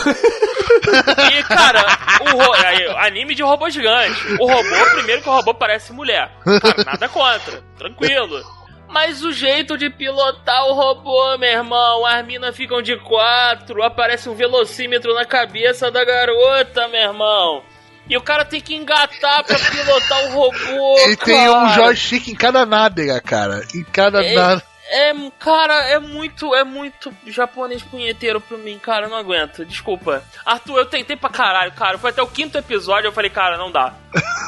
E, cara, o ro... aí, anime de robô gigante. O robô, primeiro que o robô parece mulher. Cara, nada contra, tranquilo. Mas o jeito de pilotar o robô, meu irmão, as minas ficam de quatro, aparece um velocímetro na cabeça da garota, meu irmão. E o cara tem que engatar pra pilotar o robô, Ele cara. tem um joystick em cada nádega, cara. Em cada É, nádega. é, cara, é muito, é muito japonês punheteiro pra mim, cara, eu não aguento, desculpa. Arthur, eu tentei pra caralho, cara, foi até o quinto episódio, eu falei, cara, não dá.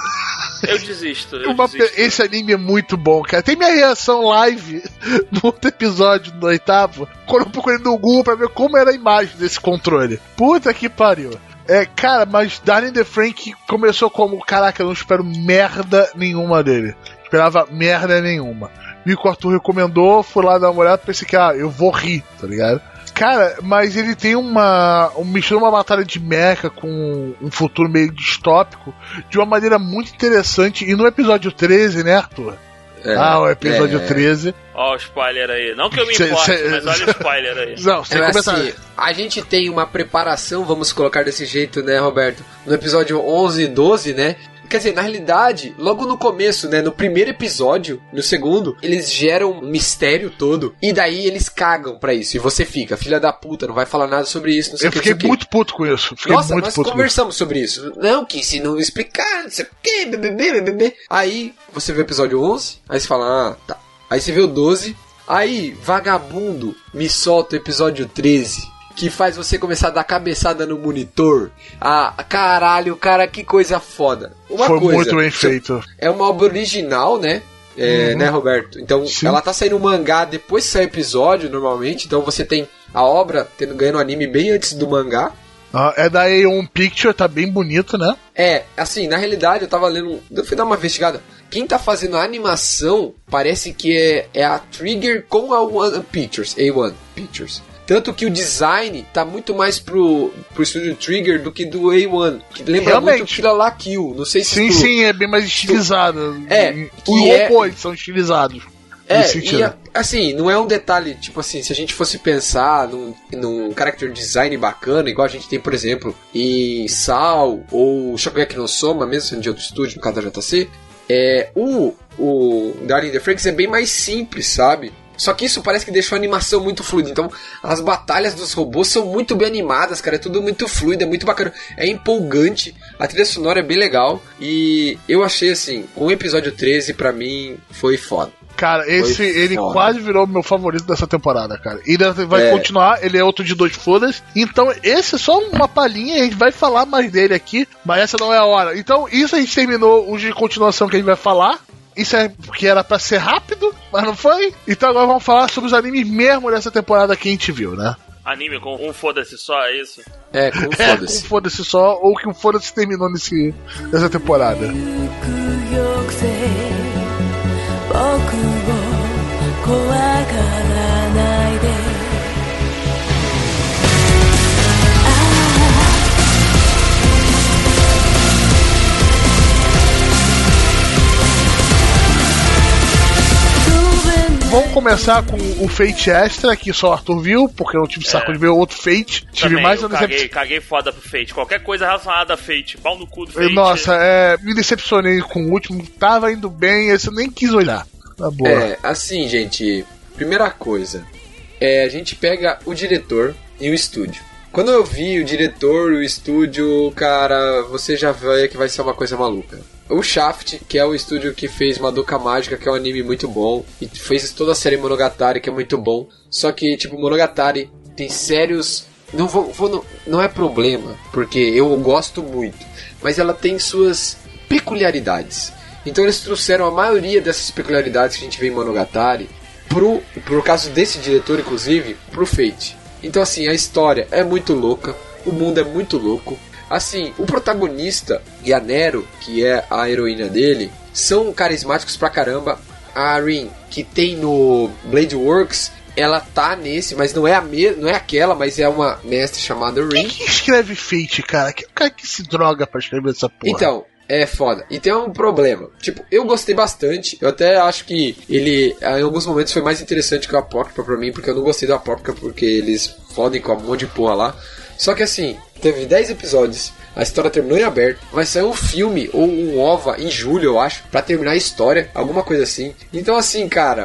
Eu desisto, eu Uma desisto. pe- Esse anime é muito bom, cara. Tem minha reação live no outro episódio, no oitavo, quando eu procurei no Google pra ver como era a imagem desse controle. Puta que pariu. É, cara, mas Darling the Frank começou como, caraca, eu não espero merda nenhuma dele. Esperava merda nenhuma. Vi que o Arthur recomendou, fui lá dar uma olhada e pensei que, ah, eu vou rir, tá ligado? Cara, mas ele tem uma. Um, mistura uma batalha de mecha com um futuro meio distópico de uma maneira muito interessante. E no episódio treze, né, Arthur? É, ah, o episódio é. treze. Ó o spoiler aí, não que eu me Cê- importe, cê- mas olha o spoiler aí. Não, sem É comentar. assim, a gente tem uma preparação, vamos colocar desse jeito, né, Roberto? No episódio onze e doze, né? Quer dizer, na realidade, logo no começo, né, no primeiro episódio, no segundo, eles geram um mistério todo, e daí eles cagam pra isso, e você fica, filha da puta, não vai falar nada sobre isso, não sei Eu o que, fiquei não sei o quê. muito puto com isso. Fiquei Nossa, muito nós puto com isso. conversamos sobre isso. Não, que se não explicar, não sei o que, bebê, bebê. Aí você vê o episódio onze, aí você fala, ah, tá. Aí você vê o doze, aí vagabundo me solta o episódio treze, que faz você começar a dar cabeçada no monitor. Ah, caralho, cara, que coisa foda. Uma Foi coisa, muito bem feito. é uma obra original, né? É, Uhum. Né, Roberto? Então, Sim. ela tá saindo mangá depois que sai o episódio, normalmente. Então, você tem a obra tendo ganhando o anime bem antes do mangá. Ah, é da A um Picture, tá bem bonito, né? É, assim, na realidade, eu tava lendo... Eu fui dar uma investigada. Quem tá fazendo a animação parece que é, é a Trigger com a One Pictures, A um Pictures. Tanto que o design tá muito mais pro, pro estúdio Trigger do que do A um. Que lembra Realmente. muito Killa La Kill. Não sei se Sim, tu... sim, é bem mais estilizado. É, E que os é- robôs são estilizados. É, nesse sentido. e a- assim, não é um detalhe, tipo assim, se a gente fosse pensar num, num character design bacana, igual a gente tem, por exemplo, em Sal ou Shokugeki no Soma, mesmo sendo de outro estúdio, no caso da J C, é, o, o Darling in the Franxx é bem mais simples, sabe? Só que isso parece que deixou a animação muito fluida. Então, as batalhas dos robôs são muito bem animadas, cara. É tudo muito fluido, é muito bacana. É empolgante. A trilha sonora é bem legal. E eu achei, assim, o episódio treze, pra mim, foi foda. Cara, esse, Foi ele foda. quase virou meu favorito dessa temporada, cara. E ainda vai É. continuar, ele é outro de dois fodas. Então, esse é só uma palhinha, a gente vai falar mais dele aqui, mas essa não é a hora. Então, isso a gente terminou os de continuação que a gente vai falar. Isso é porque era pra ser rápido, mas não foi. Então agora vamos falar sobre os animes mesmo dessa temporada que a gente viu, né? Anime com um foda-se só, é isso? É, com É, com foda-se. foda-se só, ou que o foda-se terminou nesse, nessa temporada. 抑制僕を怖がらないで Vamos começar com o Fate Extra, que só o Arthur viu, porque eu não tive saco É. de ver outro Fate. Tive Também, mais eu uma caguei, decep... caguei foda pro Fate. Qualquer coisa relacionada a Fate, pau no cu do Fate. Nossa, é, me decepcionei com o último, tava indo bem, esse eu nem quis olhar. Na boa. É, assim, gente, primeira coisa, é, a gente pega o diretor e o estúdio. Quando eu vi o diretor e o estúdio, cara, você já vê que vai ser uma coisa maluca. O Shaft, que é o estúdio que fez Madoka Mágica, que é um anime muito bom, e fez toda a série Monogatari, que é muito bom. Só que, tipo, Monogatari tem sérios... Não, vou, vou, não, não é problema, porque eu gosto muito, mas ela tem suas peculiaridades. Então eles trouxeram a maioria dessas peculiaridades que a gente vê em Monogatari pro, pro caso desse diretor, inclusive, pro Fate. Então, assim, a história é muito louca, o mundo é muito louco. Assim, o protagonista e a Nero, que é a heroína dele, são carismáticos pra caramba. A Rin, que tem no Blade Works, ela tá nesse, mas não é a me- não é aquela, mas é uma mestre chamada Quem Rin. que escreve Fate, cara? Que cara que se droga pra escrever essa porra? Então, é foda. E tem um problema. Tipo, eu gostei bastante. Eu até acho que ele, em alguns momentos, foi mais interessante que o Apócrifa pra mim, porque eu não gostei do Apócrifa, porque eles fodem com um monte de porra lá. Só que assim, teve dez episódios, a história terminou em aberto. Vai sair um filme ou um OVA em julho, eu acho, pra terminar a história, alguma coisa assim. Então, assim, cara,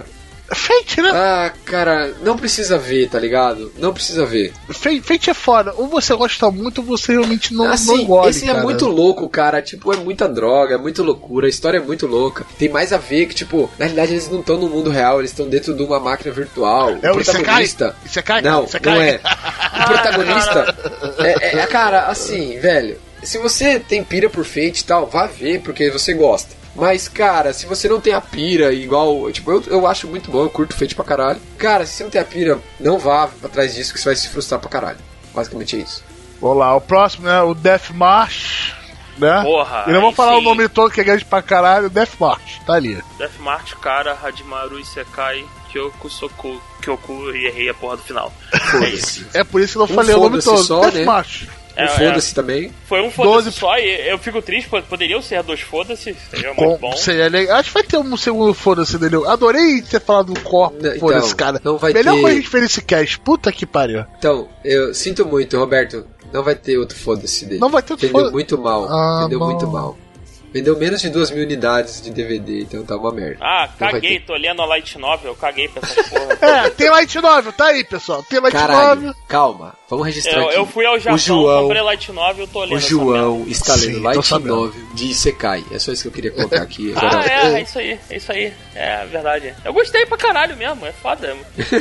Fate, né? Ah, cara, não precisa ver, tá ligado? Não precisa ver. Fate, Fate é foda. Ou você gosta muito, ou você realmente não, assim, não gosta. Esse é muito louco, cara. Tipo, é muita droga, é muita loucura. A história é muito louca. Tem mais a ver que, tipo, na realidade eles não estão no mundo real, eles estão dentro de uma máquina virtual. É o protagonista. Isekai? Não, Isekai? não é. O protagonista. é, é, cara, assim, velho. Se você tem pira por Fate e tal, vá ver porque você gosta. Mas, cara, se você não tem a pira igual... Tipo, eu, eu acho muito bom, eu curto Fate pra caralho. Cara, se você não tem a pira, não vá atrás disso que você vai se frustrar pra caralho. Basicamente é isso. Vamos lá, o próximo, né? O Death March, né? Porra, E não vou aí falar sim. o nome todo que é grande pra caralho. Death March, tá ali. Death March, cara, Hajime Isekai, Kyoku, Soku, Kyoku e errei a porra do final. É isso. É por isso que eu não Um falei o nome foda-se todo. só, Death né? March. É, Foda-se também. Foi um foda-se doze só e eu fico triste, porque poderiam ser dois foda-se, seria Com, muito bom. seria legal. Acho que vai ter um segundo foda-se dele. Eu adorei ter falado do corpo, Não, foda-se, então, cara. não vai Melhor ter- coisa que a gente fez nesse cast. Puta que pariu. Então, eu sinto muito, Roberto. Não vai ter outro foda-se dele. Não vai ter outro Vendeu foda- muito mal. Ah, Vendeu bom. muito mal. Vendeu menos de duas mil unidades de D V D, então tá uma merda. Ah, Não vai caguei, ter. tô lendo a Light Novel, caguei pra essas porra. É, tem Light Novel, tá aí, pessoal. Tem Light Caralho, Novel. calma. Vamos registrar Eu, aqui. eu fui ao o Japão, João, comprei Light Novel, tô lendo o essa João merda. está lendo Sim, tô Light sabendo. Novel de Isekai. É só isso que eu queria colocar aqui. Ah, Agora, é, é isso aí, é isso aí. É verdade. Eu gostei pra caralho mesmo, é foda.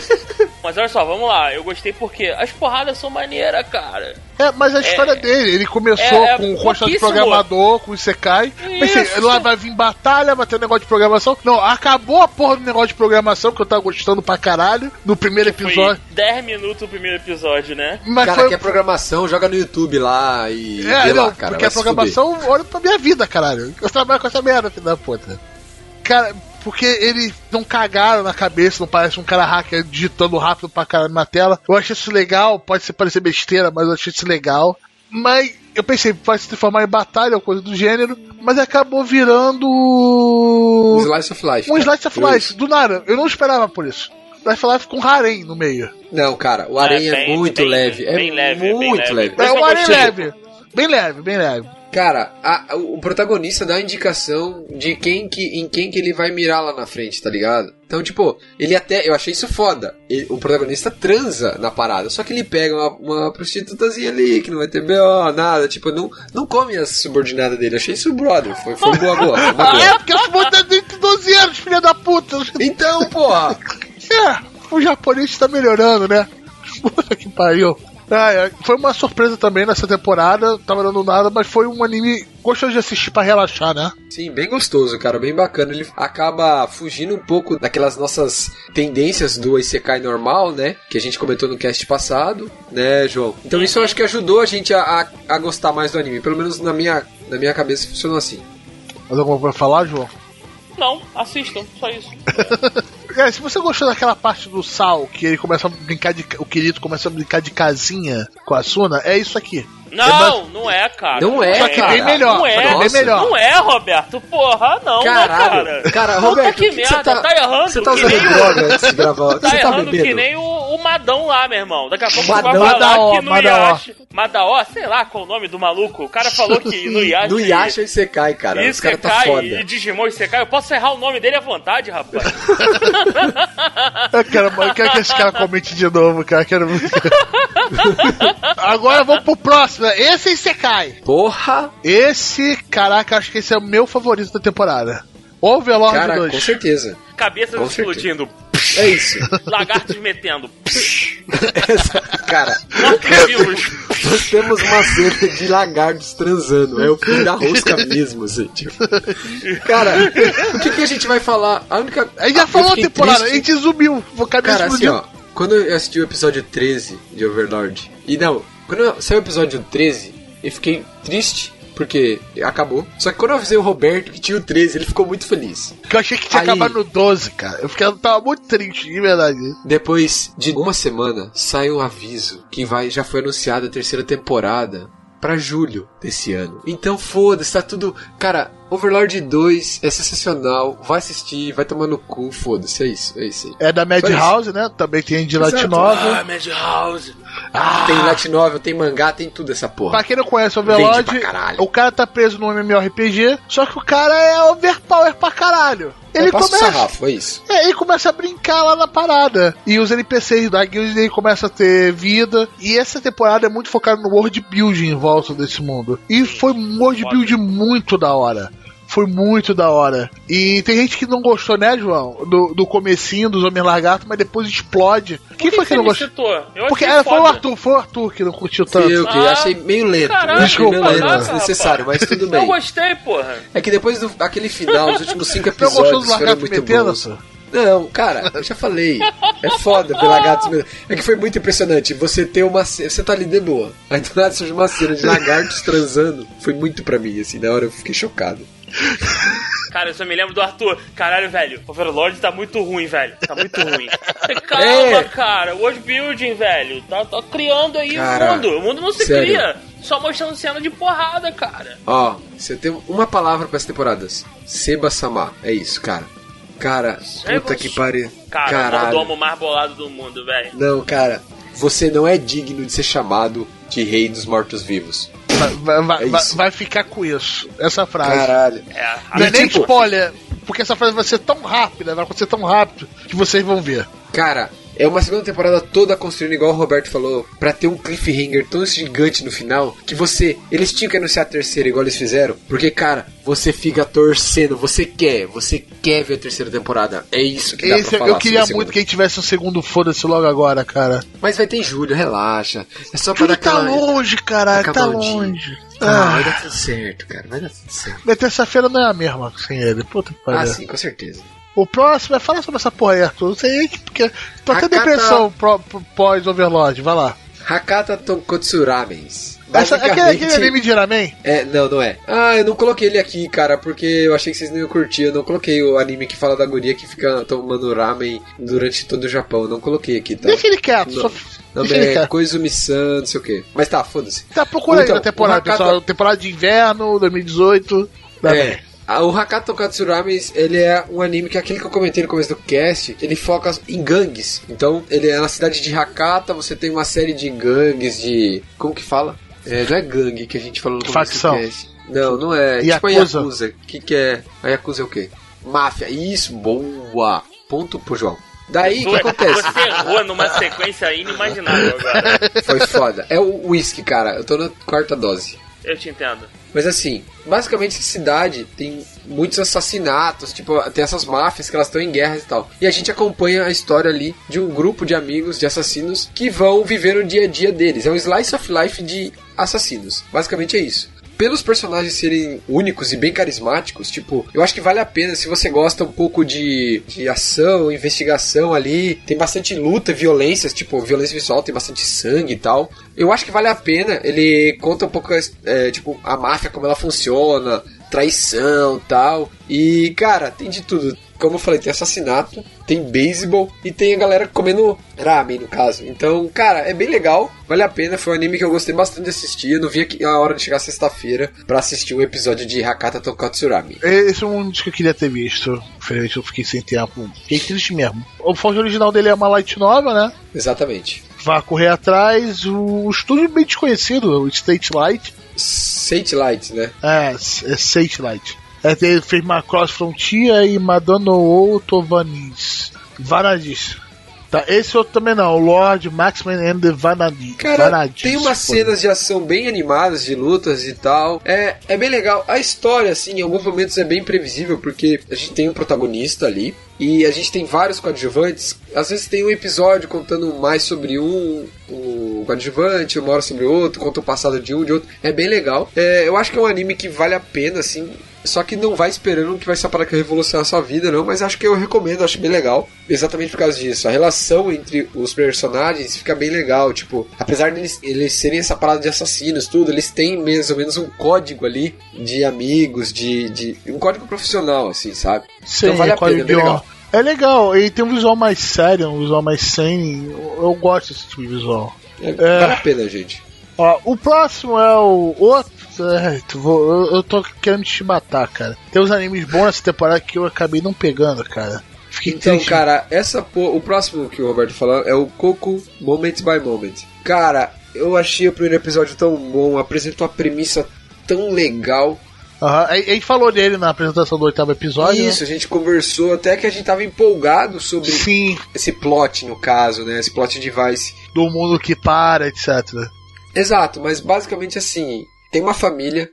Mas olha só, vamos lá. Eu gostei porque as porradas são maneiras, cara. É, mas a história É- dele, ele começou é- é com o rosto de pouquíssimo. programador, com o Isekai. Pensei, Isso. lá vai vir batalha, vai ter um negócio de programação. Não, acabou a porra do negócio de programação, que eu tava gostando pra caralho, no primeiro episódio. Foi dez minutos o primeiro episódio, né? Mas cara, foi... que é programação, joga no YouTube lá e É, vê não, lá, cara. porque vai a se programação olha pra minha vida, caralho. Eu trabalho com essa merda, filho da puta. Cara, porque eles não cagaram na cabeça, não parece um cara hacker digitando rápido pra caralho na tela. Eu achei isso legal, pode ser parecer besteira, mas eu achei isso legal. Mas eu pensei, vai se transformar em batalha ou coisa do gênero, mas acabou virando fuder. Um Slice of Life. um cara. Slice of Life, do nada. Eu não esperava por isso. Slice of Life com harém no meio. Não, cara, o Aranha é, bem- muito bem- leve. É bem leve, bem muito leve. leve. Mas É eu um harém gostei. leve. Bem leve, bem leve. Cara, a- o protagonista dá a indicação de quem que, em quem que ele vai mirar lá na frente, tá ligado? Então, tipo, ele até... Eu achei isso foda. Ele- o protagonista transa na parada. Só que ele pega uma, uma prostitutazinha ali, que não vai ter B O, nada. Tipo, não, não come as subordinadas dele. Achei isso, brother. Foi, foi boa, boa. Foi uma boa. É, porque eu sou de doze anos, filha da puta. Então, porra. É, o japonês tá melhorando, né? Puta que pariu. Ah, é, foi uma surpresa também nessa temporada, tava dando nada, mas foi um anime gostoso de assistir pra relaxar, né? Sim, bem gostoso, cara, bem bacana. Ele acaba fugindo um pouco daquelas nossas tendências do Isekai normal, né? Que a gente comentou no cast passado, né, João? Então isso eu acho que ajudou a gente a, a, a gostar mais do anime. Pelo menos na minha, na minha cabeça funcionou assim. Mais alguma coisa pra falar, João? Não, assistam, só isso. É, se você gostou daquela parte do Sal, que ele começa a brincar de. O Kirito começa a brincar de casinha com a Suna, é isso aqui. Não, não é, cara. Não é, Só que cara. bem melhor. Não Só que é, bem melhor. Não é, Roberto. Porra, não, Caralho. né, cara? Cara, Puta Roberto, que que merda, você tá- tá errando. Você tá que usando nem o- droga antes de gravar? Tá Você tá errando bebendo? que nem o, o Madão lá, meu irmão. Daqui a pouco Madão. você vai falar Madaó, que no Madaó. Yasha... Madaó, sei lá qual o nome do maluco. O cara falou que no Yasha... No Yasha e Isekai, cara. Os caras tá Isekai foda. e Digimon Isekai. Eu posso errar o nome dele à vontade, rapaz. Eu quero, eu quero que esse cara comente de novo, cara. Quero... Agora vamos pro próximo. Esse é Isekai. Porra! Esse, caraca, acho que esse é o meu favorito da temporada. Overlord Cara, dois. com certeza. Cabeças Com explodindo. É isso. Lagartos metendo. Essa, cara, Mortos-vivos. nós temos uma cena de lagartos transando. É o fim da rosca mesmo, assim, tipo. Cara, o que, que a gente vai falar? A única. A gente já eu falou a fiquei temporada, triste. a gente zumbiu. Vou cabeça Cara, assim, ó. Quando eu assisti o episódio treze de Overlord. E não, quando saiu o episódio treze, eu fiquei triste. Porque acabou. Só que quando eu avisei o Roberto que tinha o treze, ele ficou muito feliz. Que eu achei que tinha Aí- acabado no doze, cara. Eu fiquei, eu tava muito triste, de verdade. Depois de uma semana, sai um aviso que vai, já foi anunciada a terceira temporada pra julho desse ano. Então foda-se, tá tudo... Cara, Overlord dois é sensacional. Vai assistir, vai tomar no cu, foda-se, é isso, é isso aí. É da Só isso. Madhouse, né? Também tem de Light Exato. Novel. Ah, Madhouse. Tem light novel, tem mangá, tem tudo essa porra. Pra quem não conhece o Vende Overlord, pra caralho. o cara tá preso no MMORPG, só que o cara é overpower pra caralho. Ele Ele passa começa, o sarrafo, é isso. é, ele começa a brincar lá na parada. E os N P Cs da guild dele começam a ter vida. E essa temporada é muito focada no world building em volta desse mundo. E foi um world building muito da hora. Foi muito da hora. E tem gente que não gostou, né, João? Do, do comecinho dos Homens Lagarto, mas depois explode. Quem que foi que, que não me gostou? citou? Eu Porque achei era, foi o foda. Arthur, foi o Arthur que não curtiu tanto. Eu que Ah, achei meio lento. caraca, eu achei meio lento, caraca, desnecessário, mas tudo bem. Eu gostei, porra. É que depois do, daquele final, os últimos cinco Não gostou episódios dos foram lagartos muito metendo? bons. Não, cara, eu já falei. É foda ver lagartos mesmo. É que foi muito impressionante. Você ter uma cena. Você tá ali de boa. Aí do nada surge uma cena de lagartos transando. Foi muito pra mim, assim. Na hora eu fiquei chocado. Cara, eu só me lembro do Arthur. Caralho, velho, o Overlord tá muito ruim, velho. Tá muito ruim. Calma, É. cara. World building, velho. Tá, tá criando aí Cara, o mundo. O mundo não se sério. cria. Só mostrando cena de porrada, cara. Ó, você tem uma palavra pra essas temporadas: Seba-sama. É isso, cara. Cara, puta que pariu. Cara, o Caralho. mordomo mais bolado do mundo, velho. Não, cara, você não é digno de ser chamado de rei dos mortos-vivos. Vai, vai, É vai, isso. vai ficar com isso. Essa frase. Caralho. É, Não é nem tipo- spoiler, porque essa frase vai ser tão rápida, vai acontecer tão rápido que vocês vão ver. Cara, é uma segunda temporada toda construindo, igual o Roberto falou, pra ter um cliffhanger tão gigante no final, que você... Eles tinham que anunciar a terceira, igual eles fizeram, porque, cara, você fica torcendo, você quer, você quer ver a terceira temporada. É isso que dá Esse, pra falar. eu queria sobre a muito segunda. que a gente tivesse um segundo foda-se logo agora, cara. Mas vai ter em julho, relaxa. É só pra Tudo dar tá aquela... longe, caralho, tá acabar o dia. longe. Ah, Ah, vai dar tudo certo, cara, vai dar tudo certo. mas terça-feira não é a mesma sem ele. Puta que pariu. Ah, sim, com certeza. O próximo é falar sobre essa porra aí, Arthur. Não sei, porque tô até Hakata- depressão pró- pró- pós-Overlord, vai lá. Hakata Tonkotsu Ramens. Essa, aquele, Basicamente- aquele anime de Ramen? É, não, não é. Ah, eu não coloquei ele aqui, cara, porque eu achei que vocês não iam curtir. Eu não coloquei o anime que fala da guria que fica tomando ramen durante todo o Japão. Eu não coloquei aqui, tá? Deixa ele quieto, Não. só Não, deixa ele é quieto. Koizumi-san, não sei o quê. Mas tá, foda-se. Tá, procura aí Então, na temporada, o Hakata- pessoal. Temporada de inverno, dois mil e dezoito. Ramen. É. Ah, O Hakata Tonkatsu Ramens, ele é um anime que é aquele que eu comentei no começo do cast, ele foca em gangues. Então, ele é na cidade de Hakata, você tem uma série de gangues, de... Como que fala? É, não é gangue que a gente falou no começo Facção. do cast. Não, não é. Yakuza. Tipo a Yakuza. O que que é? A Yakuza é o quê? Máfia. Isso, boa. Ponto pro João. Daí, o que Tu- acontece? Você errou numa sequência inimaginável agora. Foi foda. É o whisky, cara. Eu tô na quarta dose. Eu te entendo. Mas assim, basicamente essa cidade tem muitos assassinatos, tipo, tem essas máfias que elas estão em guerras e tal. E a gente acompanha a história ali de um grupo de amigos, de assassinos, que vão viver o dia a dia deles. É um slice of life de assassinos. Basicamente é isso. Pelos personagens serem únicos e bem carismáticos, tipo, eu acho que vale a pena se você gosta um pouco de, de ação, investigação ali, tem bastante luta, violências, tipo, violência visual, tem bastante sangue e tal. Eu acho que vale a pena, ele conta um pouco, é, tipo, a máfia, como ela funciona, traição e tal. E, cara, tem de tudo. Como eu falei, tem assassinato, tem beisebol e tem a galera comendo ramen, no caso. Então, cara, é bem legal, vale a pena. Foi um anime que eu gostei bastante de assistir. Eu não vi a hora de chegar sexta-feira pra assistir um episódio de Hakata Tonkatsu Ramen. Esse é um dos que eu queria ter visto. Infelizmente eu fiquei sem tempo. Fiquei triste mesmo. O fonte original dele é uma light nova, né? Exatamente. Vai correr atrás. O estúdio bem desconhecido, o State Light. Sate Light, né? É, é State Light. É, ele fez Macross Frontier e Madonna Outovanis. Vanadis. Tá, esse outro também não, o Lord Maxman and the Vanadis. Cara, Vanadis, tem umas foda. cenas de ação bem animadas, de lutas e tal. É, é bem legal. A história, assim, em alguns momentos é bem previsível, porque a gente tem um protagonista ali, e a gente tem vários coadjuvantes. Às vezes tem um episódio contando mais sobre um, um coadjuvante, uma hora sobre outro, conta o passado de um, de outro. É bem legal. É, eu acho que é um anime que vale a pena, assim. Só que não vai esperando que vai ser para que revolucionar a sua vida, não. Mas acho que eu recomendo, acho bem legal. Exatamente por causa disso. A relação entre os personagens fica bem legal. Tipo, apesar deles eles serem essa parada de assassinos, tudo, eles têm mais ou menos um código ali de amigos, de, de um código profissional, assim, sabe? Sim, então vale a Código pena, é bem de legal. honra. É legal, ele tem um visual mais sério, um visual mais sane. Eu, eu gosto desse tipo de visual. É, vale a pena, gente. Ó, o próximo é o outro. É, tu vou, eu, eu tô querendo te matar, cara. Tem uns animes bons nessa temporada que eu acabei não pegando, cara. Fiquei Então, triste. cara, essa po- o próximo que o Roberto falou é o Coco Moment by Moment. Cara, eu achei o primeiro episódio tão bom, apresentou uma premissa tão legal. Uhum. A gente falou dele na apresentação do oitavo episódio. Isso, né? A gente conversou até que a gente tava empolgado sobre Sim. esse plot, no caso, né? Esse plot de Vice. Do mundo que para, etcétera. Exato, mas basicamente assim, tem uma família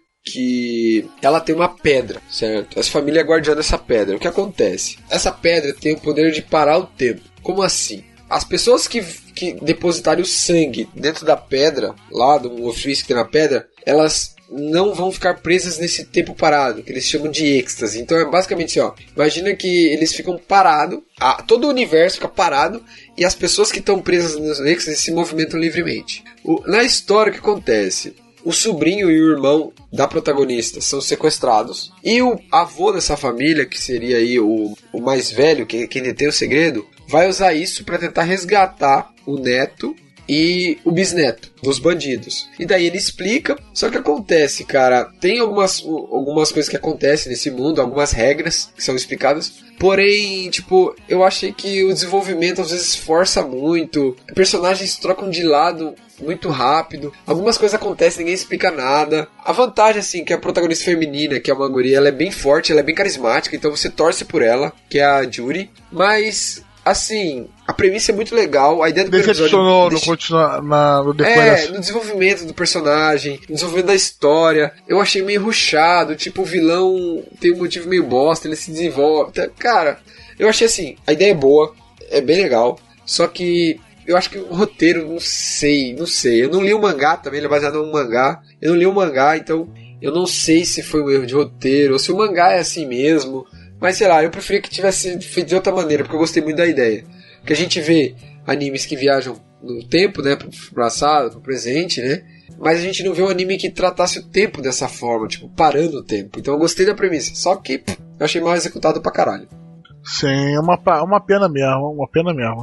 que ela tem uma pedra, certo? Essa família é guardiã dessa pedra. O que acontece? Essa pedra tem o poder de parar o tempo. Como assim? As pessoas que, que depositarem o sangue dentro da pedra, lá do ofício que tem na pedra, elas não vão ficar presas nesse tempo parado, que eles chamam de êxtase. Então é basicamente assim, ó, imagina que eles ficam parados, a, todo o universo fica parado e as pessoas que estão presas no êxtase se movimentam livremente. O, na história, o que acontece? O sobrinho e o irmão da protagonista são sequestrados e o avô dessa família, que seria aí o, o mais velho, que, quem detém o segredo, vai usar isso para tentar resgatar o neto e o bisneto dos bandidos. E daí ele explica, só que acontece, cara, tem algumas, algumas coisas que acontecem nesse mundo, algumas regras que são explicadas, porém, tipo, eu achei que o desenvolvimento às vezes força muito, personagens trocam de lado muito rápido, algumas coisas acontecem, ninguém explica nada. A vantagem, assim, que a protagonista feminina, que é uma guria, ela é bem forte, ela é bem carismática, então você torce por ela, que é a Juri, mas... Assim, a premissa é muito legal, a ideia do primeiro episódio... Decepcionou deixa... no, continua, na, no depois É, dessa... no desenvolvimento do personagem, no desenvolvimento da história, eu achei meio rushado, tipo, o vilão tem um motivo meio bosta, ele se desenvolve... Cara, eu achei assim, a ideia é boa, é bem legal, só que eu acho que o roteiro, não sei, não sei, eu não li o mangá também, ele é baseado num mangá, eu não li o mangá, então eu não sei se foi um erro de roteiro, ou se o mangá é assim mesmo... Mas sei lá, eu preferia que tivesse feito de outra maneira, porque eu gostei muito da ideia. Porque a gente vê animes que viajam no tempo, né, pro passado, pro presente, né? Mas a gente não vê um anime que tratasse o tempo dessa forma, tipo, parando o tempo. Então eu gostei da premissa, só que pff, eu achei mal executado pra caralho. Sim, é uma, uma pena mesmo, uma pena mesmo.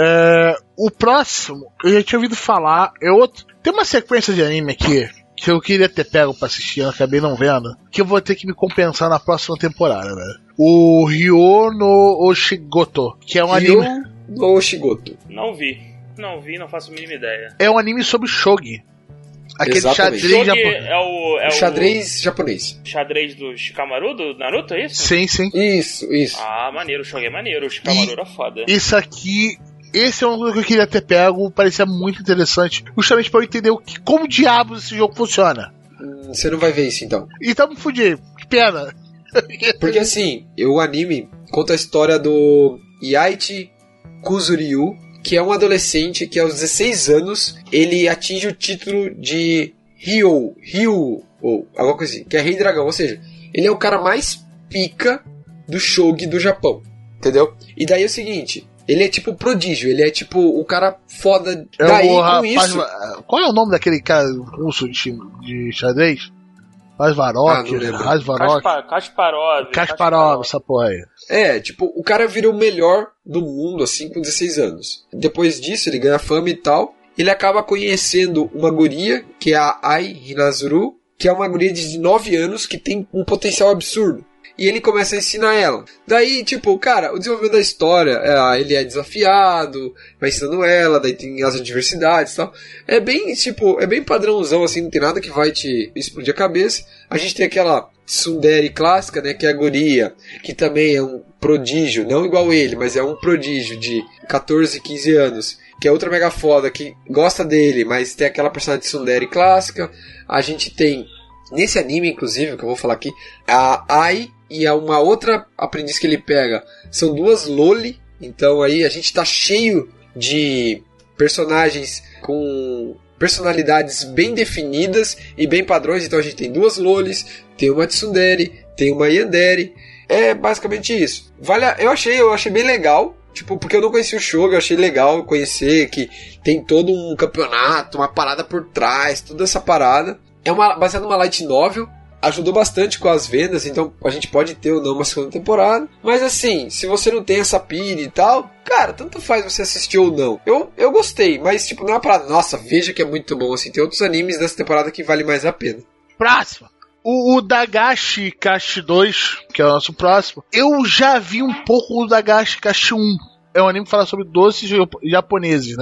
É, o próximo, eu já tinha ouvido falar, é outro. Tem uma sequência de anime aqui que eu queria ter pego pra assistir, eu acabei não vendo, que eu vou ter que me compensar na próxima temporada, né? O Ryo no Oshigoto, que é um Ryo anime... no Oshigoto. Não vi. Não vi, não faço a mínima ideia. É um anime sobre shogi. Aquele Exatamente. xadrez Shogi japonês. é o... É o xadrez o japonês. xadrez do Shikamaru, do Naruto, é isso? Sim, sim. Isso, isso. Ah, maneiro, o Shogi é maneiro, o Shikamaru E era foda. Isso aqui... Esse é um jogo que eu queria ter pego, parecia muito interessante, justamente pra eu entender o que, como diabos esse jogo funciona. Hum, você não vai ver isso, então. Então me fudi, que pena. Porque assim, o anime conta a história do Yaichi Kuzuryu, que é um adolescente que aos dezesseis anos ele atinge o título de Ryo, Ryu, ou alguma coisa assim, que é Rei Dragão, ou seja, ele é o cara mais pica do shogi do Japão, entendeu? E daí é o seguinte, ele é tipo prodígio, ele é tipo o cara foda, É daí o com rapaz, isso... qual é o nome daquele cara russo de, de xadrez? Rasvarok, Ah, não lembro. Rasvarok, Kaspar- Kasparov. Kasparov, essa porra aí. É, tipo, o cara vira o melhor do mundo, assim, com dezesseis anos. Depois disso, ele ganha fama e tal. Ele acaba conhecendo uma guria, que é a Ai Hinazuru, que é uma guria de nove anos que tem um potencial absurdo. E ele começa a ensinar ela. Daí, tipo, cara, o desenvolvimento da história, é, ele é desafiado, vai ensinando ela, daí tem as adversidades e tal. É bem, tipo, é bem padrãozão, assim, não tem nada que vai te explodir a cabeça. A gente tem aquela tsundere clássica, né, que é a guria, que também é um prodígio, não igual ele, mas é um prodígio de catorze, quinze anos, que é outra mega foda, que gosta dele, mas tem aquela personagem de tsundere clássica. A gente tem, nesse anime, inclusive, que eu vou falar aqui, a Ai e a uma outra aprendiz que ele pega são duas loli, então aí a gente tá cheio de personagens com personalidades bem definidas e bem padrões, então a gente tem duas lolis, tem uma tsundere, tem uma yandere, é basicamente isso. Vale a, eu achei, eu achei bem legal, tipo, porque eu não conhecia o Shogi, eu achei legal conhecer que tem todo um campeonato, uma parada por trás, toda essa parada. É uma, baseado numa light novel, ajudou bastante com as vendas, então a gente pode ter ou não uma segunda temporada. Mas assim, se você não tem essa pilha e tal, cara, tanto faz você assistir ou não. Eu, eu gostei, mas tipo, não é uma parada, nossa, veja que é muito bom, assim. Tem outros animes dessa temporada que vale mais a pena. Próximo. O, o Dagashi Cast dois, que é o nosso próximo, eu já vi um pouco do Dagashi Cast um. É um anime que fala sobre doces japoneses, né?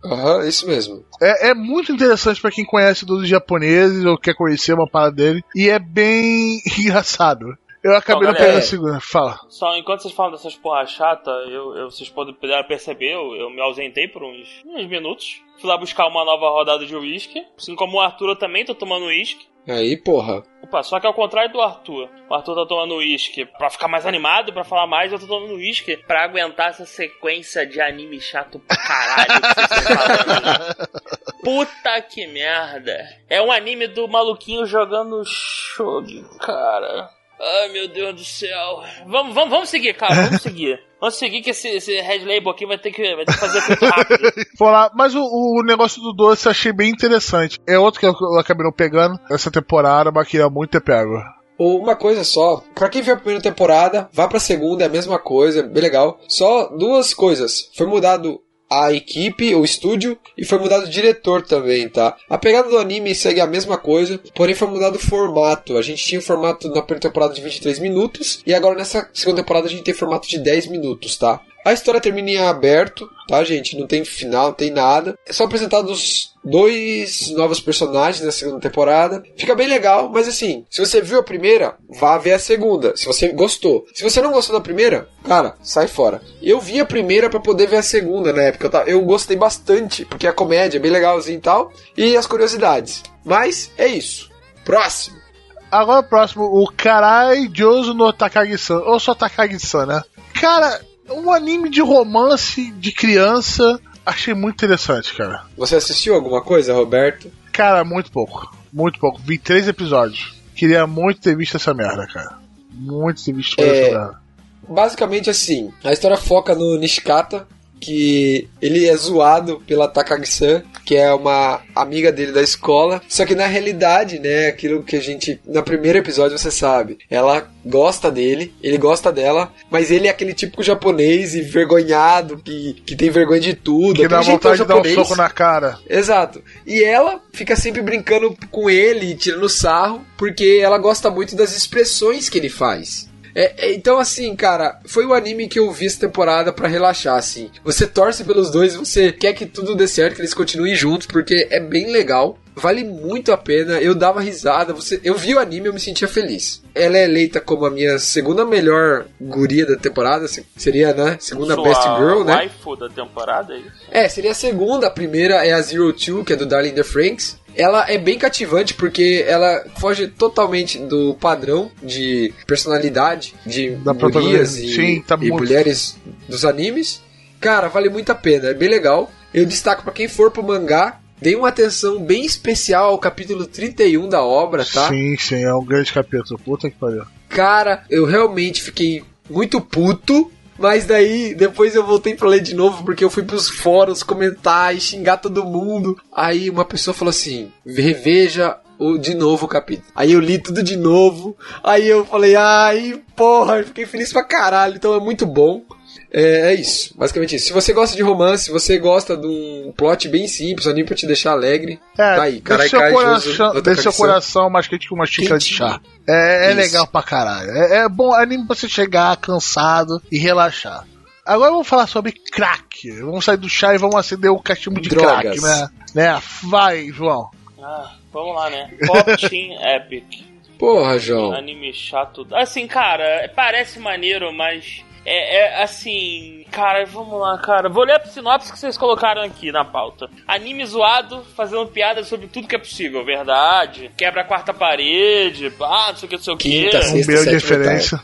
Aham, uhum, isso mesmo. É, é muito interessante pra quem conhece dos japoneses ou quer conhecer uma parada dele. E é bem engraçado. Eu acabei não pegando a segunda. Fala. Só enquanto vocês falam dessas porra chata, eu, eu, vocês podem perceber, eu, eu me ausentei por uns, uns minutos. Fui lá buscar uma nova rodada de uísque. Assim como o Arthur, eu também tô tomando uísque. Aí, porra. Opa, só que ao contrário do Arthur. O Arthur tá tomando uísque pra ficar mais animado, pra falar mais. Eu tô tomando uísque pra aguentar essa sequência de anime chato pra caralho que vocês estão falando. Puta que merda. É um anime do maluquinho jogando shogi, cara. Ai, meu Deus do céu. Vamos, vamos, vamos seguir, cara, vamos seguir. Vamos seguir que esse, esse Red Label aqui vai ter que, vai ter que fazer tudo rápido. Falar, mas o, o negócio do doce eu achei bem interessante. É outro que eu, eu acabei não pegando essa temporada, mas queria muito ter pego. Uma coisa só, pra quem viu a primeira temporada, vá pra segunda, é a mesma coisa, bem legal. Só duas coisas. Foi mudado a equipe, o estúdio, e foi mudado o diretor também, tá? A pegada do anime segue a mesma coisa, porém foi mudado o formato. A gente tinha o formato na primeira temporada de vinte e três minutos, e agora nessa segunda temporada a gente tem formato de dez minutos, tá? A história termina em aberto, tá, gente? Não tem final, não tem nada. São apresentados dois novos personagens na segunda temporada. Fica bem legal, mas assim, se você viu a primeira, vá ver a segunda, se você gostou. Se você não gostou da primeira, cara, sai fora. Eu vi a primeira pra poder ver a segunda na época. Eu, tava, eu gostei bastante, porque a comédia é bem legalzinha e tal, e as curiosidades. Mas é isso. Próximo. Agora o próximo, o Karai Jozu no Takagi-san. Ou só Takagi-san, né? Cara, um anime de romance de criança, achei muito interessante, cara. Você assistiu alguma coisa, Roberto? Cara, muito pouco. Muito pouco. Vi três episódios. Queria muito ter visto essa merda, cara. Muito ter visto é, essa merda. Basicamente assim, a história foca no Nishikata, que ele é zoado pela Takagi-san, que é uma amiga dele da escola. Só que na realidade, né, aquilo que a gente, no primeiro episódio você sabe, ela gosta dele, ele gosta dela, mas ele é aquele típico japonês envergonhado, que, que tem vergonha de tudo. Que dá vontade de dar um soco na cara. Exato. E ela fica sempre brincando com ele, tirando sarro, porque ela gosta muito das expressões que ele faz. É, é, então assim, cara, foi o anime que eu vi essa temporada pra relaxar, assim. Você torce pelos dois, você quer que tudo dê certo, que eles continuem juntos, porque é bem legal. Vale muito a pena, eu dava risada, você, eu vi o anime e eu me sentia feliz. Ela é eleita como a minha segunda melhor guria da temporada, seria, né, segunda Sua best girl, né? waifu da temporada, é isso? É, seria a segunda, a primeira é a Zero Two, que é do Darling in the Franxx. Ela é bem cativante porque ela foge totalmente do padrão de personalidade de da gurias e, Sim, tá e muito... mulheres dos animes. Cara, vale muito a pena, é bem legal. Eu destaco pra quem for pro mangá, dê uma atenção bem especial ao capítulo trinta e um da obra, tá? Sim, sim, é um grande capítulo. Puta que pariu. Cara, eu realmente fiquei muito puto. Mas daí, depois eu voltei pra ler de novo, porque eu fui pros fóruns comentar e xingar todo mundo. Aí uma pessoa falou assim, reveja o, de novo o capítulo. Aí eu li tudo de novo. Aí eu falei, ai, porra, eu fiquei feliz pra caralho. Então é muito bom. É, é isso, basicamente isso. Se você gosta de romance, se você gosta de um plot bem simples, anime pra te deixar alegre, é, tá aí. Deixa seu coração, deixa seu coração mais quente que uma xícara de chá. É, é legal pra caralho. É, é bom anime pra você chegar cansado e relaxar. Agora vamos falar sobre crack. Vamos sair do chá e vamos acender o cachimbo de Drogas. crack, né? né? Vai, João. Ah, vamos lá, né? Pop Team Epic. Porra, João. Anime chato. Assim, cara, parece maneiro, mas... É, é assim, cara, vamos lá, cara. Vou ler a sinopse que vocês colocaram aqui na pauta. Anime zoado, fazendo piadas sobre tudo que é possível, verdade. Quebra a quarta parede, ah, não sei o que, não sei o que. Quinta, Um sexta, meio de sétima, diferença.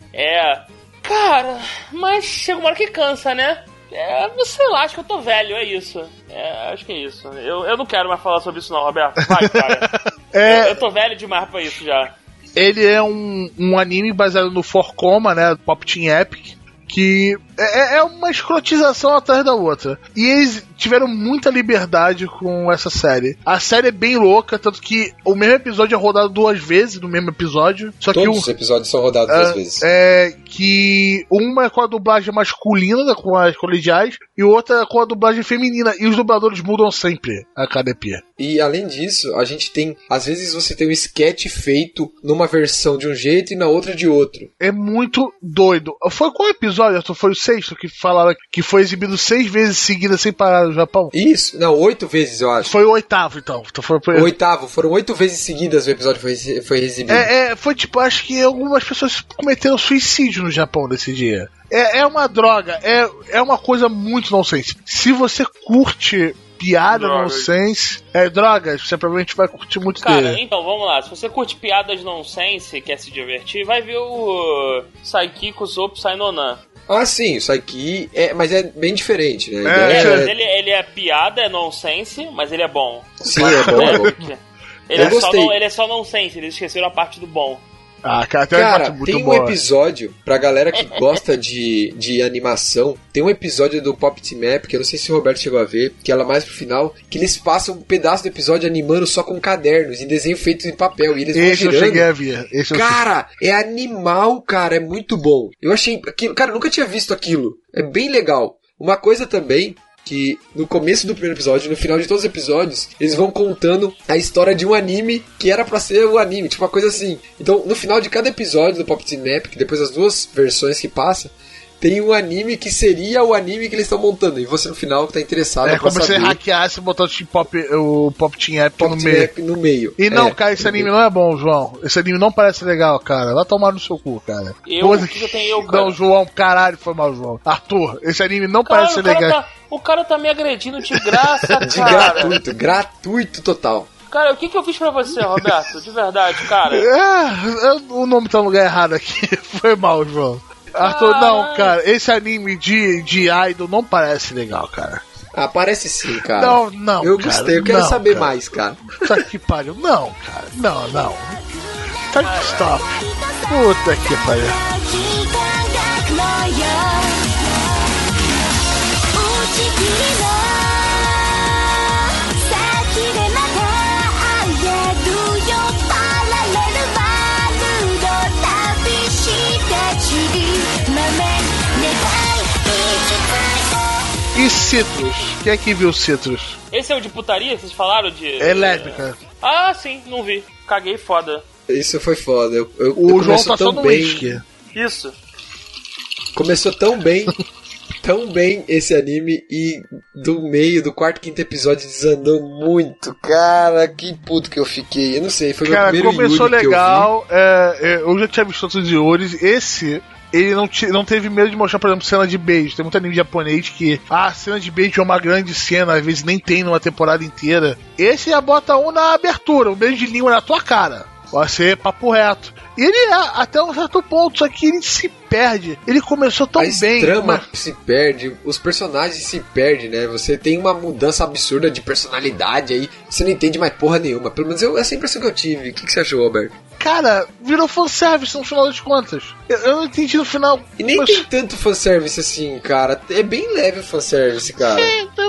É, cara, mas chega uma hora que cansa, né? É, sei lá, acho que eu tô velho, é isso. É, acho que é isso. Eu, eu não quero mais falar sobre isso não, Roberto. Vai, cara. É... Eu, eu tô velho demais pra isso já. Ele é um, um anime baseado no four koma, né? Pop Team Epic. Que é, é uma escrotização atrás da outra. E eles tiveram muita liberdade com essa série. A série é bem louca, tanto que o mesmo episódio é rodado duas vezes no mesmo episódio. Só Todos que o, os episódios são rodados é, duas vezes. É que uma é com a dublagem masculina, com as colegiais, e outra é com a dublagem feminina. E os dubladores mudam sempre a cada E P. E além disso, a gente tem... Às vezes você tem um sketch feito numa versão de um jeito e na outra de outro. É muito doido. Foi qual episódio? Foi o sexto, que falaram que foi exibido seis vezes seguidas sem parar no Japão. Isso, não, oito vezes eu acho. Foi o oitavo, então. então foi, foi... O oitavo, foram oito vezes seguidas o episódio foi, foi exibido. É, é, foi tipo, acho que algumas pessoas cometeram suicídio no Japão nesse dia. É, é uma droga, é, é uma coisa muito nonsense. Se você curte piada Drogas. nonsense, é drogas, você provavelmente vai curtir muito Cara, dele. então, vamos lá. Se você curte piadas nonsense e quer se divertir, vai ver o Saikiko Zou Psynonan. Ah, sim, isso aqui é, mas é bem diferente, né? A É, ideia É, é- ele, ele é piada, é nonsense, mas ele é bom. Sim, é bom, é bom. Ele, Eu é só gostei. non, ele é só nonsense, eles esqueceram a parte do bom. Ah, cara, tem uma Cara, parte muito tem um boa. episódio, pra galera que gosta de, de animação, tem um episódio do Pop Team Map, que eu não sei se o Roberto chegou a ver, que ela mais pro final, que eles passam um pedaço do episódio animando só com cadernos, em desenho feito em papel, e eles vão Esse eu girando. cheguei a ver. Esse eu Cara, é animal, cara, é muito bom. Eu achei aquilo, cara, eu nunca tinha visto aquilo. É bem legal. Uma coisa também que no começo do primeiro episódio, no final de todos os episódios, eles vão contando a história de um anime que era pra ser o anime, tipo uma coisa assim. Então, no final de cada episódio do Pop Team Map, que depois as duas versões que passa, tem um anime que seria o anime que eles estão montando. E você no final que tá interessado É pra como se saber. você hackeasse e botasse pop, o Pop Team App Pop no Team meio. Map no meio. E não, É, cara, esse no anime meio. não é bom, João. Esse anime não parece legal, cara. Vai tomar no seu cu, cara. Eu? Coisa O que eu tenho eu, cara? Não, João, caralho, foi mal, João. Arthur, esse anime não Cara, parece o, cara legal. tá, o cara tá me agredindo de graça, De cara. gratuito, gratuito total. Cara, o que, que eu fiz pra você, Roberto? De verdade, cara. É, o nome tá no lugar errado aqui. Foi mal, João. Arthur, não, Caralho. cara, esse anime de, de idol não parece legal, cara. Ah, parece sim, cara. Não, não, Eu cara, gostei, eu quero não, saber cara. mais, cara. Puta que pariu. Não, cara, não, não. Tá de stop. Puta que pariu. 時間がのよ打ち切りの先でまた会えるよパラレルワールド旅して散り豆願い生きたい E Citrus? Quem é que viu Citrus? Esse é o de putaria? Vocês falaram de... É lésbica. Ah, sim, não vi. Caguei foda. Isso foi foda. Eu, eu, O eu João começou tá só tão no bem. whisky. Isso. Começou tão bem, tão bem esse anime e do meio, do quarto, quinto episódio desandou muito. Cara, que puto que eu fiquei. Eu não sei, foi Cara, meu primeiro começou Yuri legal. É, é, eu já tinha visto outros Yuris. Esse, ele não, ti- não teve medo de mostrar, por exemplo, cena de beijo. Tem muito anime japonês que, ah, cena de beijo é uma grande cena, às vezes nem tem numa temporada inteira. Esse já bota um na abertura, um beijo de língua na tua cara. Vai ser papo reto. E ele é até um certo ponto, só que ele se perde. Ele começou tão A bem. trama mas- se perde, os personagens se perdem, né? Você tem uma mudança absurda de personalidade aí, você não entende mais porra nenhuma. Pelo menos eu, essa é a impressão que eu tive. O que, que você achou, Roberto? Cara, virou fanservice no final das contas. Eu, eu não entendi no final. E nem mas- tem tanto fanservice assim, cara. É bem leve o fanservice, cara.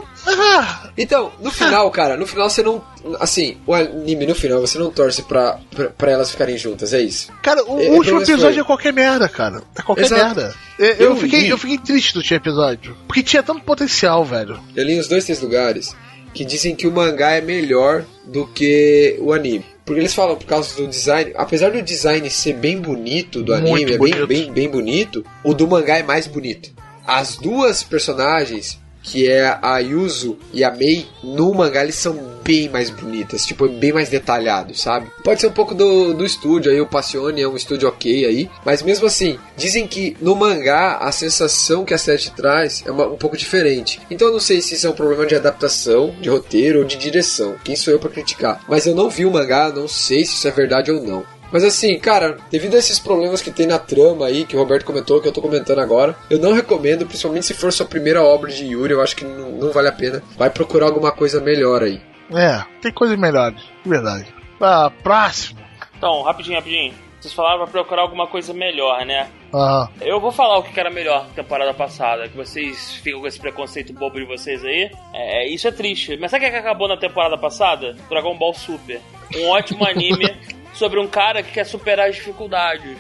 Ah, Então, no final, cara, no final você não. Assim, o anime no final você não torce pra, pra, pra elas ficarem juntas, é isso. cara, o É, é último pelo menos episódio foi. é qualquer merda, cara. É qualquer Exato. merda. Eu, eu Eu fiquei, li. eu fiquei triste do último episódio. Porque tinha tanto potencial, velho. Eu li uns dois, três lugares que dizem que o mangá é melhor do que o anime. Porque eles falam por causa do design. Apesar do design ser bem bonito do Muito anime, é bem, bonito. bem, bem bonito, o do mangá é mais bonito. As duas personagens, que é a Yuzu e a Mei, no mangá eles são bem mais bonitas, tipo, bem mais detalhados, sabe? Pode ser um pouco do, do estúdio aí, o Passione é um estúdio ok aí, mas mesmo assim, dizem que no mangá a sensação que a série traz é uma- um pouco diferente. Então eu não sei se isso é um problema de adaptação, de roteiro ou de direção, quem sou eu pra criticar? Mas eu não vi o mangá, não sei se isso é verdade ou não. Mas assim, cara, devido a esses problemas que tem na trama aí, que o Roberto comentou, que eu tô comentando agora, eu não recomendo, principalmente se for sua primeira obra de Yuri, eu acho que não, não vale a pena. Vai procurar alguma coisa melhor aí. É, tem coisas melhores, de verdade. Ah, próximo. Então, rapidinho, rapidinho. Vocês falaram pra procurar alguma coisa melhor, né? Aham. Eu vou falar o que era melhor na temporada passada, que vocês ficam com esse preconceito bobo de vocês aí. É, isso é triste. Mas sabe o que acabou na temporada passada? Dragon Ball Super. Um ótimo anime sobre um cara que quer superar as dificuldades.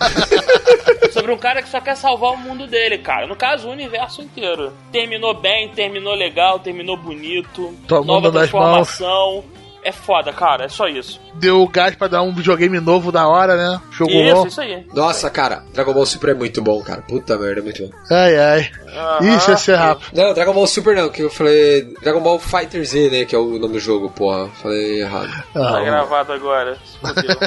Sobre um cara que só quer salvar o mundo dele, cara. No caso, o universo inteiro. Terminou bem, terminou legal, terminou bonito. Todo nova mundo das transformação. é foda, cara, é só isso. Deu gás pra dar um videogame novo da hora, né? Jogo Isso, bom. isso aí. Nossa, cara, Dragon Ball Super é muito bom, cara. Puta merda, é muito bom. Ai, ai. Aham. Isso ia ser rápido. Não, Dragon Ball Super não, que eu falei Dragon Ball Fighter Z, né, que é o nome do jogo, porra. Falei errado. Tá Ah, gravado agora. Se fudeu.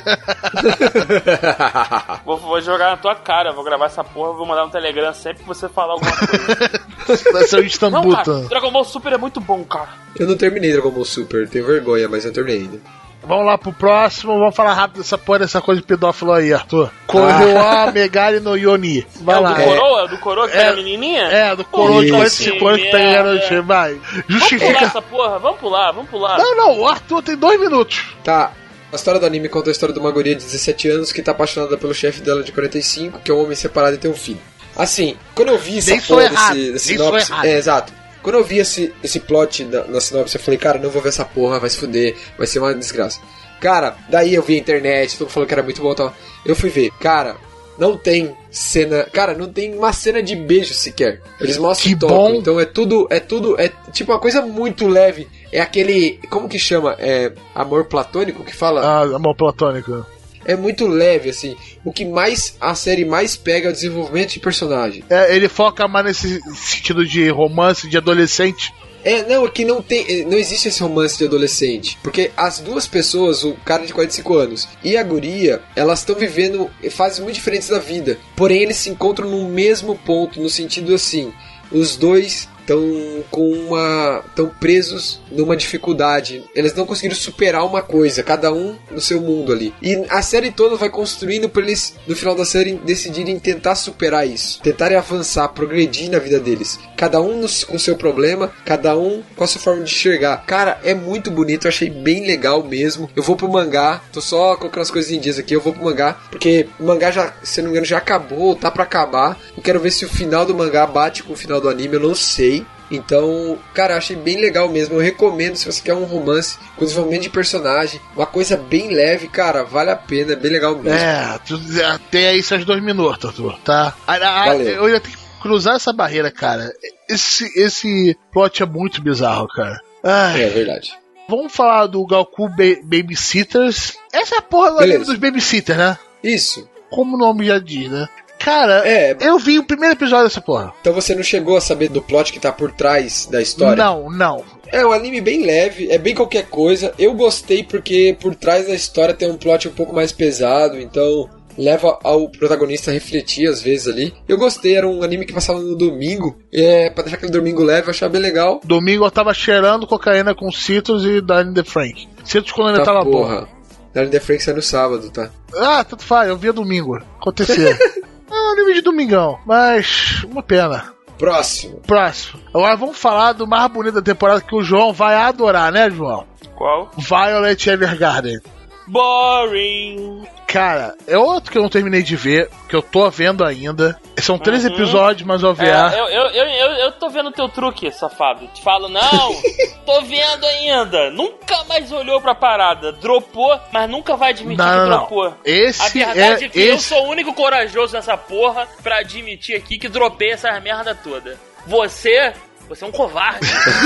vou, vou jogar na tua cara, vou gravar essa porra, vou mandar um Telegram sempre que você falar alguma coisa. vai ser o Não, Istambul. cara, Dragon Ball Super é muito bom, cara. Eu não terminei Dragon Ball Super, tenho vergonha, mas eu terminei ainda. Vamos lá pro próximo, vamos falar rápido dessa porra, dessa coisa de pedófilo aí, Arthur. Korewa Megari no Yoni. Vai é o lá. do Coroa? Do Coroa que É. pega a menininha? É, do coroa de Isso. quarenta e cinco anos que tá Merda. ganhando o time, vai. Vamos pular Justifica. essa porra, vamos pular, vamos pular. Não, não, o Arthur tem dois minutos. Tá, a história do anime conta a história de uma guria de dezessete anos que tá apaixonada pelo chefe dela de quarenta e cinco, que é um homem separado e tem um filho. Assim, quando eu vi essa Nem sou porra errado, desse, desse nem sou sinopse... errado. É, exato. Quando eu vi esse, esse plot na, na sinopse, eu falei, cara, não vou ver essa porra, vai se fuder, vai ser uma desgraça. Cara, daí eu vi a internet, todo mundo falou que era muito bom e tal. Eu fui ver, cara, não tem cena... Cara, não tem uma cena de beijo sequer. Eles mostram Que o toque, bom. então é tudo... É tudo... É tipo uma coisa muito leve. É aquele... Como que chama? É amor platônico que fala? Ah, amor platônico. É muito leve, assim. O que mais a série mais pega é o desenvolvimento de personagem. É, ele foca mais nesse sentido de romance, de adolescente. É, não, é que não tem, não existe esse romance de adolescente, porque as duas pessoas, o cara de quarenta e cinco anos e a guria, elas estão vivendo fases muito diferentes da vida, porém eles se encontram no mesmo ponto, no sentido assim, os dois estão com uma estão presos numa dificuldade, eles não conseguiram superar uma coisa, cada um no seu mundo ali, e a série toda vai construindo para eles no final da série decidirem tentar superar isso, tentarem avançar, progredir na vida deles, cada um no, com seu problema, cada um com a sua forma de enxergar. Cara, é muito bonito, eu achei bem legal mesmo. Eu vou pro mangá, tô só colocando as coisas em dias aqui, eu vou pro mangá, porque o mangá já, se não me engano, já acabou, tá pra acabar. Eu quero ver se o final do mangá bate com o final do anime, eu não sei. Então, cara, eu achei bem legal mesmo. Eu recomendo, se você quer um romance com desenvolvimento de personagem, uma coisa bem leve, cara, vale a pena, é bem legal mesmo. É, tu, é, tem aí seus dois minutos, Arthur, tá? Ah, ah, Valeu. eu ainda tenho que cruzar essa barreira, cara. Esse, esse plot é muito bizarro, cara. Ai, É verdade. vamos falar do Goku ba- Babysitters. Essa é a porra do anime Beleza. dos Babysitters, né? Isso. Como o nome já diz, né? Cara, É. eu vi o primeiro episódio dessa porra. Então você não chegou a saber do plot que tá por trás da história? Não, não. É um anime bem leve, é bem qualquer coisa. Eu gostei porque por trás da história tem um plot um pouco mais pesado, então leva ao protagonista a refletir às vezes ali. Eu gostei, era um anime que passava no domingo, é, pra deixar aquele domingo leve, eu achava bem legal. Domingo eu tava cheirando cocaína com Citrus e Danny the Frank. Citrus quando ele Tá, tava bom. porra. Darren The Frank sai no sábado, tá? Ah, tanto faz, eu via domingo. Acontecia. É um anime de domingão, mas uma pena. Próximo. Próximo. Agora vamos falar do mais bonito da temporada que o João vai adorar, né, João? Qual? Violet Evergarden. Boring. Cara, é outro que eu não terminei de ver, que eu tô vendo ainda. São três Uhum. episódios, mas o O V É, A. eu, eu, eu, eu, eu tô vendo teu truque, safado. Te falo, não, tô vendo ainda. Nunca mais olhou pra parada. Dropou, mas nunca vai admitir Não, que não, não. dropou. Esse A verdade é- é que eu esse- sou o único corajoso nessa porra pra admitir aqui que dropei essas merda toda. Você, você é um covarde.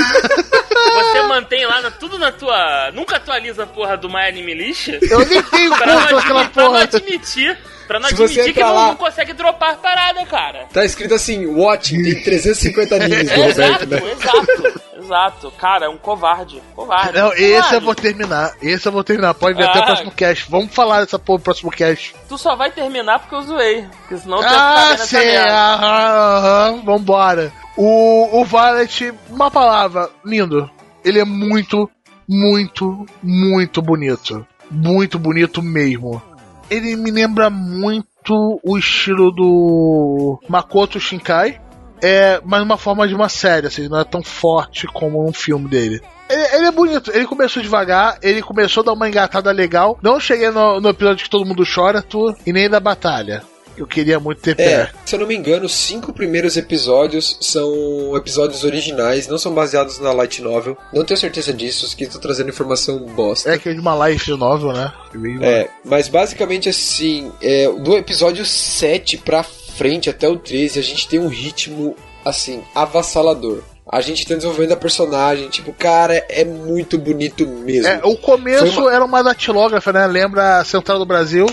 Você mantém lá na- tudo na tua... Nunca atualiza a porra do My Anime List Eu nem tenho pra, não conta daquela admitir, pra não porra. admitir, pra não Se você admitir que entrar não, lá- não consegue dropar parada, cara. Tá escrito assim, Watching, tem trezentos e cinquenta animes do Roberto, Exato, né? exato, exato. Cara, é um covarde. Covarde. Não, esse Covarde. eu vou terminar. Esse eu vou terminar. Pode ver até o Ah. próximo cast. Vamos falar dessa porra no próximo cast. Tu só vai terminar porque eu zoei. Porque senão tu vai Ah, ficar nessa sim. merda. Aham, aham. Vambora. O, o Violet, uma palavra, lindo. Ele é muito, muito, muito bonito. Muito bonito mesmo. Ele me lembra muito o estilo do Makoto Shinkai. É, mas uma forma de uma série, assim, não é tão forte como um filme dele. Ele, ele é bonito, ele começou devagar, ele começou a dar uma engatada legal. Não cheguei no, no episódio que todo mundo chora, tu, e nem da batalha. Eu queria muito ter É, pé. se eu não me engano, os cinco primeiros episódios são episódios originais, não são baseados na light novel. Não tenho certeza disso, que tô trazendo informação bosta. É aquele de uma life novel, né? É, mas basicamente assim, é, do episódio sete pra frente até o treze, a gente tem um ritmo, assim, avassalador. a gente tá desenvolvendo a personagem, tipo, cara, é muito bonito mesmo. É, o começo uma... era uma datilógrafa, né? Lembra a Central do Brasil?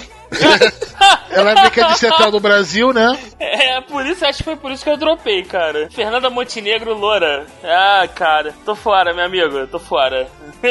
Ela é que é de Central do Brasil, né? É, por isso, acho que foi por isso que eu dropei, cara. Fernanda Montenegro, loura. Ah, cara, tô fora, meu amigo, tô fora.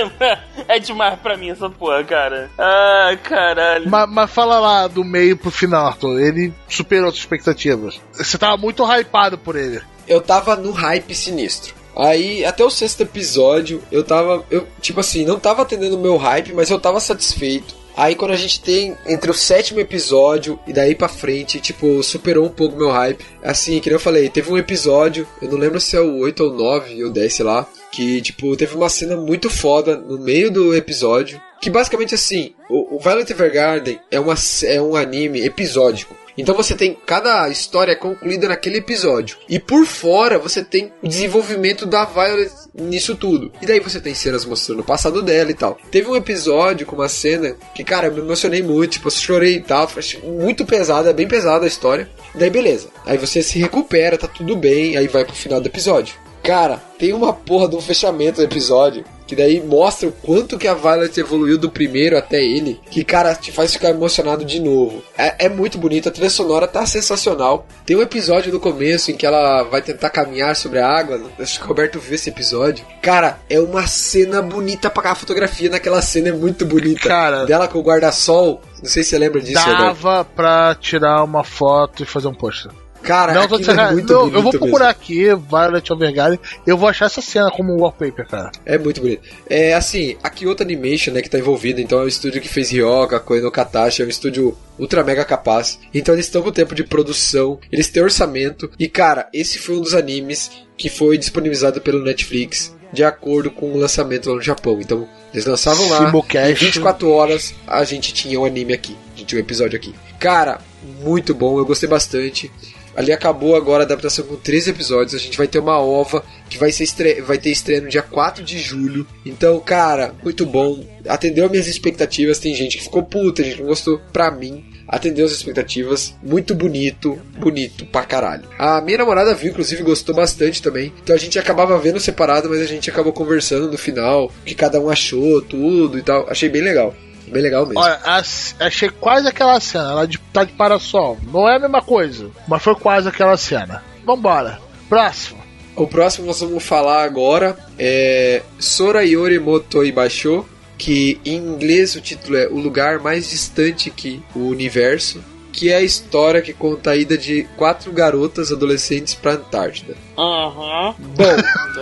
É demais pra mim essa porra, cara. Ah, caralho. Mas, mas fala lá do meio pro final, Arthur. Ele superou as expectativas. Você tava muito hypado por ele. Eu tava no hype sinistro. Aí, até o sexto episódio, eu tava... Eu, tipo assim, não tava atendendo o meu hype, mas eu tava satisfeito. Aí quando a gente tem entre o sétimo episódio e daí pra frente, tipo, superou um pouco o meu hype. Assim, que nem eu falei, teve um episódio, eu não lembro se é o oito ou nove ou dez, sei lá, que, tipo, teve uma cena muito foda no meio do episódio. Que basicamente assim, o, o Violet Evergarden é, uma, é um anime episódico. Então você tem cada história concluída naquele episódio. E por fora você tem o desenvolvimento da Violet nisso tudo. E daí você tem cenas mostrando o passado dela e tal. Teve um episódio com uma cena que, cara, eu me emocionei muito. Tipo, eu chorei e tal. Foi muito pesada, é bem pesada a história. Daí beleza. Aí você se recupera, tá tudo bem. Aí vai pro final do episódio. Cara, tem uma porra de um fechamento do episódio que daí mostra o quanto que a Violet evoluiu do primeiro até ele, que, cara, te faz ficar emocionado de novo. É, é muito bonito, a trilha sonora tá sensacional. Tem um episódio no começo em que ela vai tentar caminhar sobre a água, acho que o Roberto viu esse episódio. Cara, é uma cena bonita pra cá, a fotografia naquela cena é muito bonita. Cara, dela com o guarda-sol, não sei se você lembra disso, dava Roberto. Pra tirar uma foto e fazer um pôster. Cara, não, tô é muito não, bonito eu vou procurar mesmo. aqui, Violet Evergarden, eu vou achar essa cena como um wallpaper, cara. É muito bonito. É assim, a Kyoto Animation, né, que tá envolvida, então é o estúdio que fez Ryoga, Koe no Katachi, é um estúdio ultra mega capaz. Então eles estão com tempo de produção, eles têm orçamento, e cara, esse foi um dos animes que foi disponibilizado pelo Netflix de acordo com o lançamento lá no Japão. Então, eles lançavam lá, Simulcast. em vinte e quatro horas a gente tinha um anime aqui, a gente tinha um episódio aqui. Cara, muito bom, eu gostei bastante. Ali acabou agora a adaptação com treze episódios. A gente vai ter uma ova que vai, ser estre... vai ter estreia no dia quatro de julho. Então, cara, muito bom. Atendeu as minhas expectativas. Tem gente que ficou puta, gente que não gostou. Pra mim, atendeu as expectativas. Muito bonito, bonito pra caralho. A minha namorada viu, inclusive, gostou bastante também. Então a gente acabava vendo separado, mas a gente acabou conversando no final. O que cada um achou, tudo e tal. Achei bem legal. Bem legal mesmo. Olha, achei quase aquela cena. Ela de, tá de parasol. Não é a mesma coisa, mas foi quase aquela cena. Vambora. Próximo. O próximo nós vamos falar agora é Sora Yori Moto Ibasho, que em inglês o título é O Lugar Mais Distante que o Universo, que é a história que conta a ida de quatro garotas adolescentes pra Antártida. Aham. Uhum. Bom,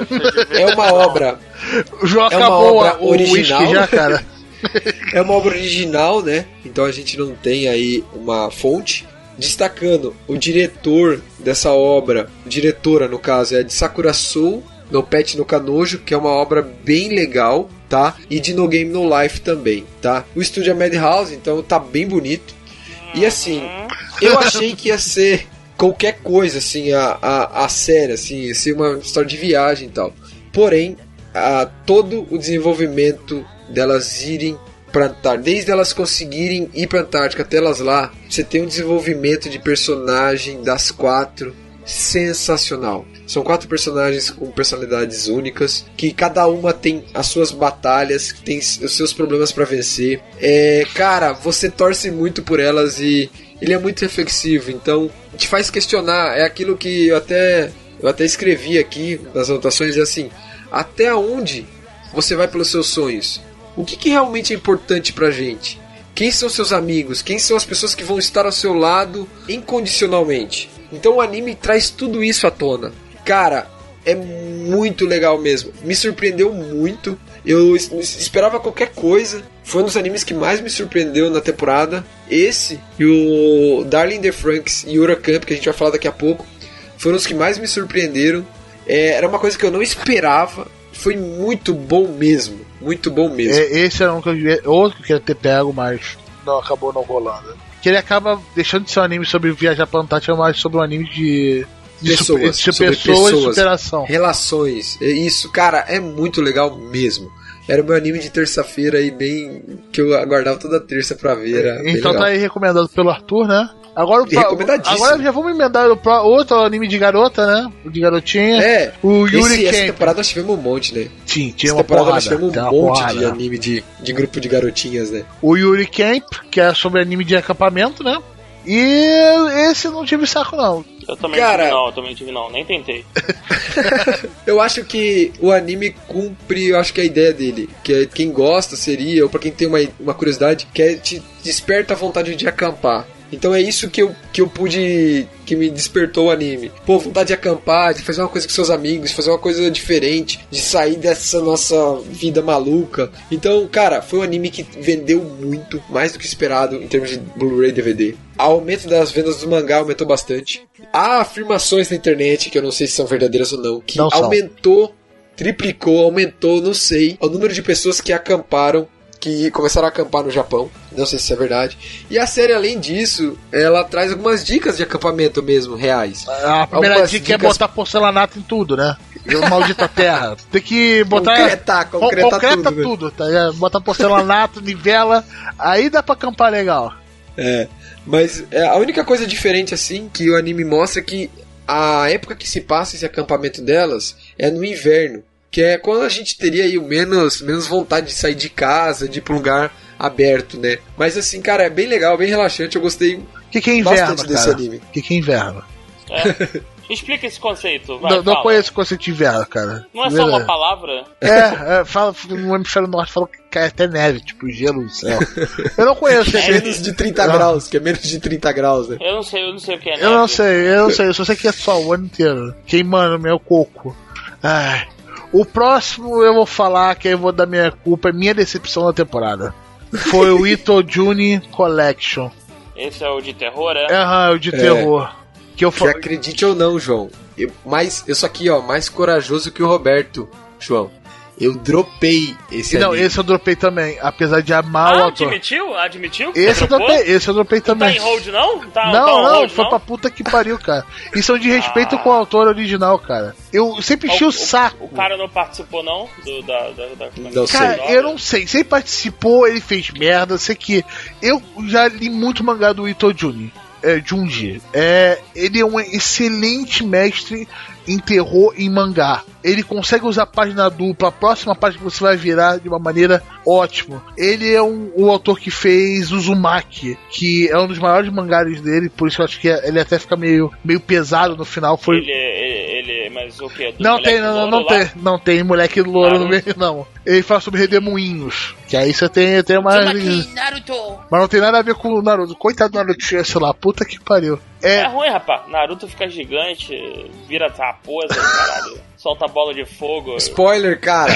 é uma obra. O João é uma acabou obra o original. whisky já, cara. É uma obra original, né? Então a gente não tem aí uma fonte. Destacando, o diretor dessa obra, diretora no caso, é de Sakura Soul, no Pet no Kanojo, que é uma obra bem legal, tá? E de No Game No Life também, tá? O estúdio é Madhouse, então tá bem bonito. E assim, eu achei que ia ser qualquer coisa, assim, a, a, a série, assim, ia ser uma história de viagem e tal. Porém, a, todo o desenvolvimento delas irem pra Antártica, desde elas conseguirem ir pra Antártica até elas lá, você tem um desenvolvimento de personagem das quatro sensacional. São quatro personagens com personalidades únicas, que cada uma tem as suas batalhas, tem os seus problemas pra vencer. É, cara, você torce muito por elas e ele é muito reflexivo, então te faz questionar. É aquilo que eu até, eu até escrevi aqui nas anotações, é assim, até onde você vai pelos seus sonhos? O que, que realmente é importante pra gente? Quem são seus amigos? Quem são as pessoas que vão estar ao seu lado incondicionalmente? Então o anime traz tudo isso à tona. Cara, é muito legal mesmo. Me surpreendeu muito. Eu esperava qualquer coisa. Foi um dos animes que mais me surpreendeu na temporada. Esse e o Darling in the Franxx e Yura Camp, que a gente vai falar daqui a pouco, foram os que mais me surpreenderam. É, era uma coisa que eu não esperava. Foi muito bom mesmo. Muito bom mesmo. É, esse era um que eu devia, outro que eu queria ter pego, mas não, acabou não rolando. Que ele acaba deixando de ser um anime sobre viajar pra Antártica, mas sobre um anime de, de pessoas, super, de sobre pessoas, pessoas e superação. Relações. Isso, cara, é muito legal mesmo. era o meu anime de terça-feira aí, bem... que eu aguardava toda terça pra ver. Era bem Então legal. tá aí recomendado pelo Arthur, né? Agora, o pro- Recomendadíssimo. agora já vamos emendar o pro- outro anime de garota, né? O de garotinha. É, O Yuri esse, essa Camp. temporada nós tivemos um monte, né? Sim, tinha Essa uma temporada porrada. nós tivemos tem um uma monte porrada. de anime de, de grupo de garotinhas, né? O Yuri Camp, que é sobre anime de acampamento, né? E esse eu não tive saco, não. Eu também Cara- tive não, eu também tive não, nem tentei. Eu acho que o anime cumpre, eu acho que a ideia dele, que é quem gosta seria, ou pra quem tem uma, uma curiosidade, que é te desperta a vontade de acampar. Então é isso que eu, que eu pude, que me despertou o anime. Pô, vontade de acampar, de fazer uma coisa com seus amigos, de fazer uma coisa diferente, de sair dessa nossa vida maluca. Então, cara, foi um anime que vendeu muito, mais do que esperado em termos de Blu-ray e D V D. O aumento das vendas do mangá aumentou bastante. Há afirmações na internet, que eu não sei se são verdadeiras ou não, que Não são. aumentou, triplicou, aumentou, não sei, o número de pessoas que acamparam, que começaram a acampar no Japão. Não sei se isso é verdade. E a série, além disso, ela traz algumas dicas de acampamento mesmo, reais. A primeira Algumas dica é dicas- botar porcelanato em tudo, né? E maldita terra. Tem que botar. Concretar, Con- concretar concreta tudo, né? tudo, tá ligado? Bota porcelanato, nivela, aí dá pra acampar legal. É, mas é, a única coisa diferente, assim, que o anime mostra é que a época que se passa esse acampamento delas é no inverno. Que é quando a gente teria aí o menos, menos vontade de sair de casa, de ir pra um lugar aberto, né? Mas assim, cara, é bem legal, bem relaxante. Eu gostei O que, que é inverno, bastante desse cara? anime. O que, que é inverno? É. Explica esse conceito, vai, não não fala. conheço o conceito de inverno, cara. Não é só uma Verdade. palavra? É, é fala, no hemisfério norte fala que cai até neve, tipo gelo no céu. Eu não conheço Que é esse. menos de trinta Não. graus, que é menos de trinta graus, né? Eu não sei, eu não sei o que é Eu não neve. sei, eu não sei, eu só sei que é sol o ano inteiro. Queimando meu coco. Ai. O próximo eu vou falar, que aí eu vou dar minha culpa, é minha decepção da temporada. Foi o Ito Juni Collection. Esse é o de terror, é? Aham, o de É. terror. Que eu Que falei. acredite ou não, João. Eu, mais, eu sou aqui, ó, mais corajoso que o Roberto, João. Eu dropei esse Não, anime. esse eu dropei também, apesar de amar o Ah, autor. admitiu? Admitiu? que Esse você eu dropou? dropei, esse eu dropei Não tá também. em hold não? Tá, Não, tá on não, hold, foi não? pra puta que pariu, cara. Isso é um de respeito Ah. com o autor original, cara. Eu sempre enchi o, saco. O cara não participou, não? Do, da, da, da, Não Cara, sei. eu não sei. Se ele participou, ele fez merda. Sei que eu já li muito mangá do Ito Juni. É, Junji. É, ele é um excelente mestre em terror em mangá. Ele consegue usar página dupla, a próxima página que você vai virar de uma maneira ótima. Ele é um, o autor que fez Uzumaki, que é um dos maiores mangás dele, por isso eu acho que ele até fica meio, meio pesado no final. Foi... Ele, ele, ele, mas o que? Não tem, não, não, não tem, não tem moleque louro no Naruto. meio, não. Ele fala sobre redemoinhos, que aí você tem, tem uma... Naruto. Mas não tem nada a ver com o Naruto. Coitado do Naruto, sei lá, puta que pariu. É É, ruim, rapaz. Naruto fica gigante, vira raposa, caralho. Solta bola de fogo. Spoiler, cara.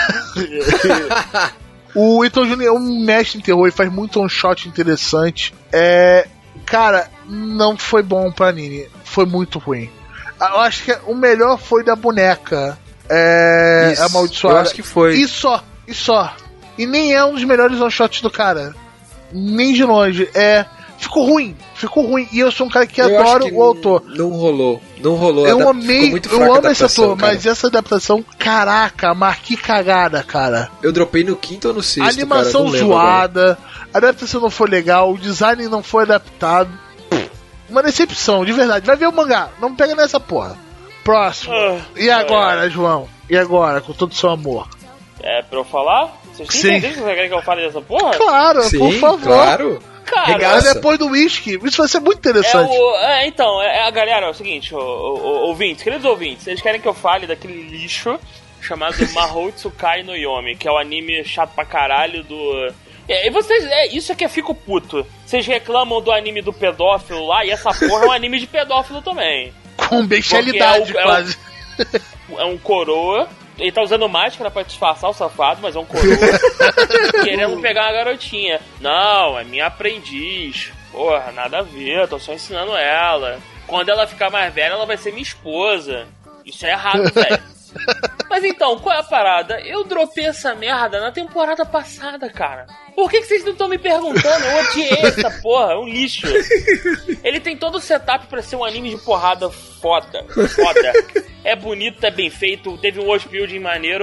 o Ito Juni é um mestre em terror e faz muito um shot interessante. É, cara, não foi bom pra anime. Foi muito ruim. Eu acho que o melhor foi da boneca. É, Isso, amaldiçoada. eu acho que foi. E só, e só. E nem é um dos melhores one shots do cara. Nem de longe. É. Ficou ruim, ficou ruim. E eu sou um cara que Eu acho adoro que o autor. Não rolou. Não rolou. Eu Adap- amei, ficou muito eu fraca a amo esse adaptação, ator, cara. mas essa adaptação, caraca, mas que cagada, cara. Eu dropei no quinto ou no sexto, A animação cara, não lembro agora. zoada, a adaptação não foi legal, o design não foi adaptado. Uma decepção, de verdade. Vai ver o mangá, não pega nessa porra. Próximo. Ah, E agora, João? E agora, com todo o seu amor? É pra eu falar? Vocês Sim. têm certeza que vocês querem que eu fale dessa porra? Claro, Sim, por favor. claro. Cara, Mas Regaça. depois do whisky, isso vai ser muito É interessante. o, é, então, é, a galera, é o seguinte, o, o, o- ouvintes, queridos ouvintes, eles querem que eu fale daquele lixo chamado Mahou Tsukai no Yomi, que é o anime chato pra caralho do... É, e vocês, é, isso é que eu fico puto. Vocês reclamam do anime do pedófilo lá, e essa porra é um anime de pedófilo também. Com bestialidade, Porque é o- é o- quase. É um coroa, ele tá usando máscara pra disfarçar o safado, mas é um coroa, querendo pegar uma garotinha. Não, é minha aprendiz. Porra, nada a ver, eu tô só ensinando ela. Quando ela ficar mais velha, ela vai ser minha esposa. Isso é errado, velho. Mas então, qual é a parada? Eu dropei essa merda na temporada passada, cara. Por que, que vocês não estão me perguntando? Eu odiei essa porra, é um lixo. Ele tem todo o setup pra ser um anime de porrada foda. Foda. É bonito, é bem feito, teve um world building maneiro.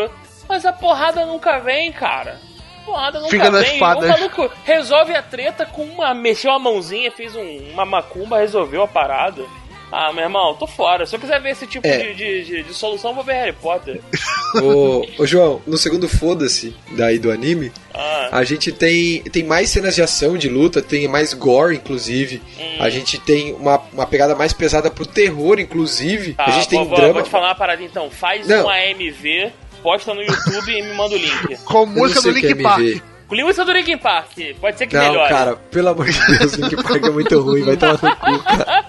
Mas a porrada nunca vem, cara. A porrada nunca Fica nas vem. espadas. O maluco resolve a treta com uma... Mexeu a mãozinha, fez um, uma macumba, resolveu a parada. Ah, meu irmão, tô fora. Se eu quiser ver esse tipo É. de, de, de, de solução, eu vou ver Harry Potter. Ô, ô, João, no segundo foda-se daí do anime, Ah, a gente tem, tem mais cenas de ação, de luta, tem mais gore, inclusive. Hum. A gente tem uma, uma pegada mais pesada pro terror, inclusive. tá, a gente tem vou, vou, drama. vou te falar uma parada então. Faz Não. um A M V, posta no YouTube e me manda o link. Com Eu não música do sei o que é Link Park. M V. Com Linguiça do Linkin Park. Pode ser que Não, melhore. cara, pelo amor de Deus, Link Park é muito ruim, vai tomar no cu, cara.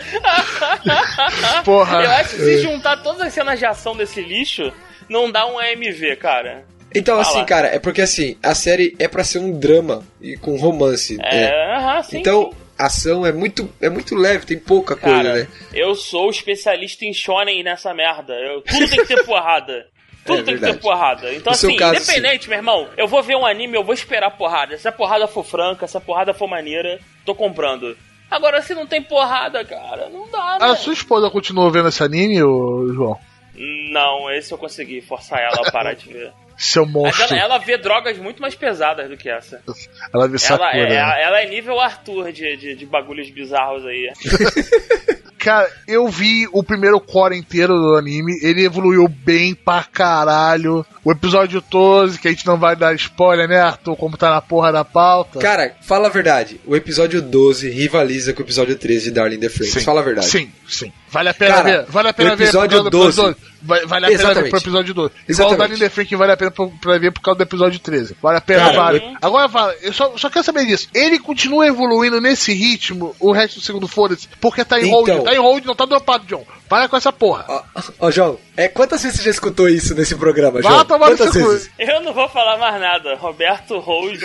Porra. Eu acho que se juntar todas as cenas de ação desse lixo, não dá um A M V, cara. Então, Fala. assim, cara, é porque assim, a série é pra ser um drama e com romance. É, né? aham, sim. Então, sim. a ação é muito, é muito leve, tem pouca coisa, Cara, né? eu sou especialista em shonen nessa merda. Eu- tudo tem que ter porrada. Tudo É tem que verdade. ter porrada. Então, No seu assim, caso, independente, meu irmão, eu vou ver um anime, eu vou esperar porrada. Se a porrada for franca, se a porrada for maneira, tô comprando. Agora, se não tem porrada, cara, não dá, né? A sua esposa continua vendo esse anime, ô, João? Não, esse eu consegui forçar ela a parar de ver. Seu Mas monstro. ela, ela vê drogas muito mais pesadas do que essa. Ela vê Ela Sakura. é, né? ela é nível Arthur de, de, de bagulhos bizarros aí. Cara, eu vi o primeiro core inteiro do anime, ele evoluiu bem pra caralho. O episódio doze, que a gente não vai dar spoiler, né, Arthur, como tá na porra da pauta. Cara, fala a verdade, o episódio doze rivaliza com o episódio treze de Darling in the Franxx. Sim, Fala a verdade. Sim, sim. Vale a pena Cara, ver. Vale a pena o episódio ver por causa do doze. Vai- Vale a pena ver Exatamente. pro episódio doze. Igual o Exatamente. Darling in the Franxx vale a pena pra, pra ver por causa do episódio treze. Vale a pena, Cara, vale. Agora fala, eu só, só quero saber disso. Ele continua evoluindo nesse ritmo, o resto do segundo foda-se, porque tá em Então. hold. Tá em hold, não tá dropado, John. Para com essa porra. Ó, ó, João, é, quantas vezes você já escutou isso nesse programa, Vá João? tomar no Quantas seu cu. vezes? Eu não vou falar mais nada. Roberto Hold.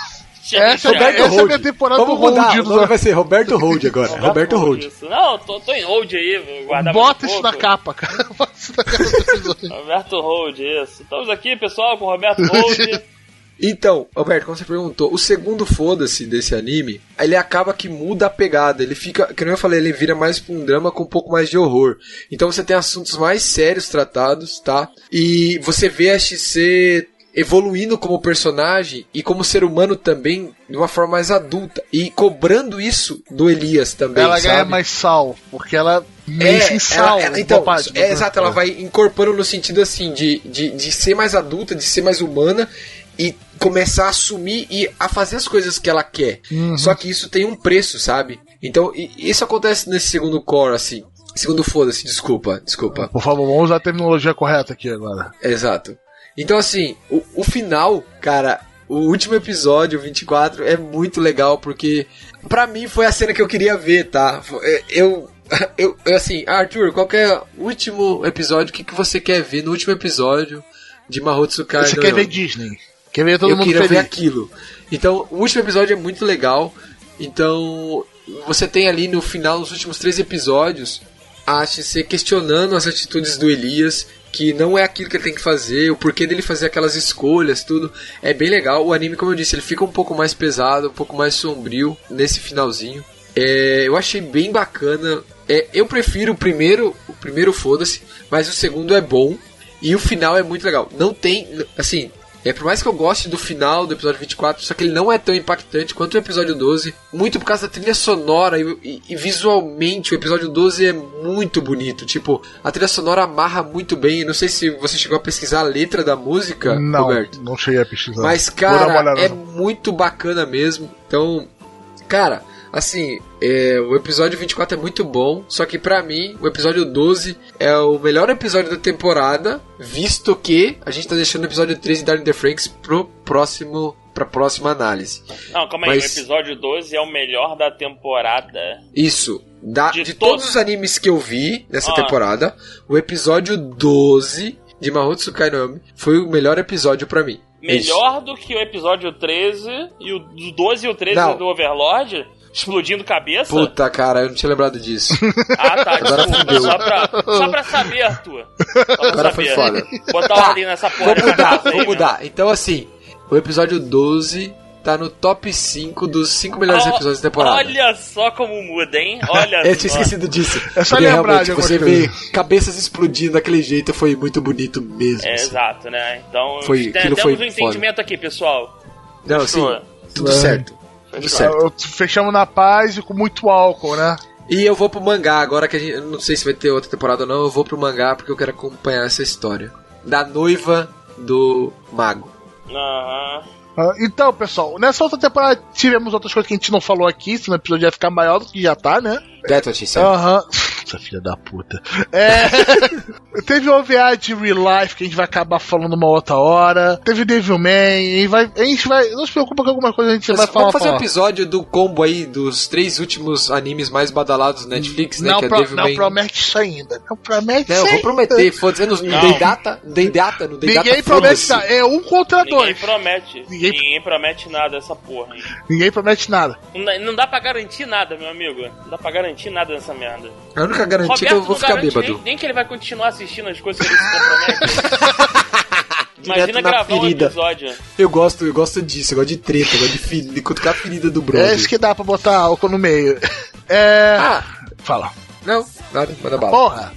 Essa é- Roberto essa é a Hold. minha temporada Vamos do hold mudar, o dos- nome vai ser Roberto Hold agora. Roberto Hold. Isso. Não, tô, tô em hold aí. Vou guardar Bota mais um isso na pouco. capa, cara. Bota isso na capa do episódio. Roberto Hold, isso. Estamos aqui, pessoal, com o Roberto Hold. Então, Alberto, como você perguntou, o segundo foda-se desse anime, ele acaba que muda a pegada. Ele fica, que nem eu falei, ele vira mais pra um drama com um pouco mais de horror. Então você tem assuntos mais sérios tratados, tá? E você vê a X C evoluindo como personagem e como ser humano também de uma forma mais adulta. E cobrando isso do Elias também, Ela sabe? ganha mais sal, porque ela mexe em sal. ela- ela- então, boa parte, é, né? exato, ela vai incorporando no sentido assim, de, de, de ser mais adulta, de ser mais humana e começar a assumir e a fazer as coisas que ela quer. Uhum. Só que isso tem um preço, sabe? Então, e- isso acontece nesse segundo core, assim. Segundo foda-se, desculpa, desculpa. Por favor, vamos usar a terminologia correta aqui agora. Exato. Então, assim, o, o final, cara, o último episódio, o vinte e quatro, é muito legal, porque pra mim foi a cena que eu queria ver, tá? Foi- Eu, eu, eu assim, Arthur, qual que é o último episódio, o que, que você quer ver no último episódio de Mahotsukai? Você no quer Yori? ver Disney? Quer ver todo Eu mundo queria ver feliz? aquilo. Então, o último episódio é muito legal. Então, você tem ali no final, nos últimos três episódios, a X C questionando as atitudes do Elias, que não é aquilo que ele tem que fazer, o porquê dele fazer aquelas escolhas, tudo. É bem legal. O anime, como eu disse, ele fica um pouco mais pesado, um pouco mais sombrio nesse finalzinho. É, eu achei bem bacana. É, eu prefiro o primeiro, o primeiro foda-se, mas o segundo é bom. E o final é muito legal. Não tem, assim, é por mais que eu goste do final do episódio vinte e quatro, só que ele não é tão impactante quanto o episódio doze. Muito por causa da trilha sonora e, e- e visualmente o episódio doze é muito bonito. Tipo, a trilha sonora amarra muito bem. Não sei se você chegou a pesquisar a letra da música, Não, Roberto. não cheguei a pesquisar. Mas, Vou dar uma cara, olhada. é muito bacana mesmo. Então, cara, assim, é, o episódio vinte e quatro é muito bom. Só que pra mim, o episódio doze é o melhor episódio da temporada, visto que a gente tá deixando o episódio treze de Darling in the Franxx pro próximo, pra próxima análise. Não, calma aí, Mas- o episódio doze é o melhor da temporada. Isso. Da, de De todos todos- os animes que eu vi nessa Ah. temporada, o episódio doze de Mahotsukai no Yami foi o melhor episódio pra mim. É isso. Melhor do que o episódio treze e o do doze e o treze Não. do Overlord? Explodindo cabeça? Puta, cara, eu não tinha lembrado disso. Ah, tá, Agora desculpa. fudeu. Só pra, só pra saber, Arthur. Só pra Agora saber. foi foda. Botar Tá, ordem nessa porra Vou dessa mudar, casa aí, vou meu. mudar. Então, assim, o episódio doze tá no top cinco dos cinco melhores Ó, episódios da temporada. Olha só como muda, hein? Olha Eu tinha só. esquecido disso. É só Porque lembrar realmente, de algumas você coisas. vê cabeças explodindo daquele jeito, foi muito bonito mesmo. É, assim. exato, né? Então, Foi- tem- aquilo temos foi um entendimento aqui, pessoal. Não, Fechou. sim, tudo É. certo. Tudo certo. Fechamos na paz e com muito álcool, né? E eu vou pro mangá, agora que a gente. Eu não sei se vai ter outra temporada ou não, eu vou pro mangá porque eu quero acompanhar essa história. Da noiva do mago. Aham. Ah, Então, pessoal, nessa outra temporada tivemos outras coisas que a gente não falou aqui, senão o episódio ia ficar maior do que já tá, né? That's what she said. Aham. Essa filha da puta. É. Teve o O V A de Real Life que a gente vai acabar falando uma outra hora. Teve o Devilman. E vai, a gente vai. Não se preocupa com alguma coisa, a gente Mas vai falar. vamos fazer um falar. episódio do combo aí dos três últimos animes mais badalados do Netflix, né? Não, que é pro, Devilman. não promete isso ainda. Não promete Não, isso eu vou ainda. prometer, foda-se, não, não Não. dei data, não dei data, não dei Ninguém data, promete foda-se. nada. É um contra Ninguém dois. promete. Ninguém- Ninguém... promete nada essa porra, hein? Ninguém promete nada. Não, dá- não dá pra garantir nada, meu amigo. Não dá pra garantir nada nessa merda. A única garantia é que eu Roberto vou não ficar garante bêbado. nem, nem que ele vai continuar assistindo as coisas que ele se compromete. Imagina Direto na gravar um ferida. episódio. Eu gosto, eu gosto disso, eu gosto de treta, eu gosto de, fi- de cutucar a ferida do brother. É isso que dá pra botar álcool no meio. É. Ah, Fala. não, nada, manda bala. Porra!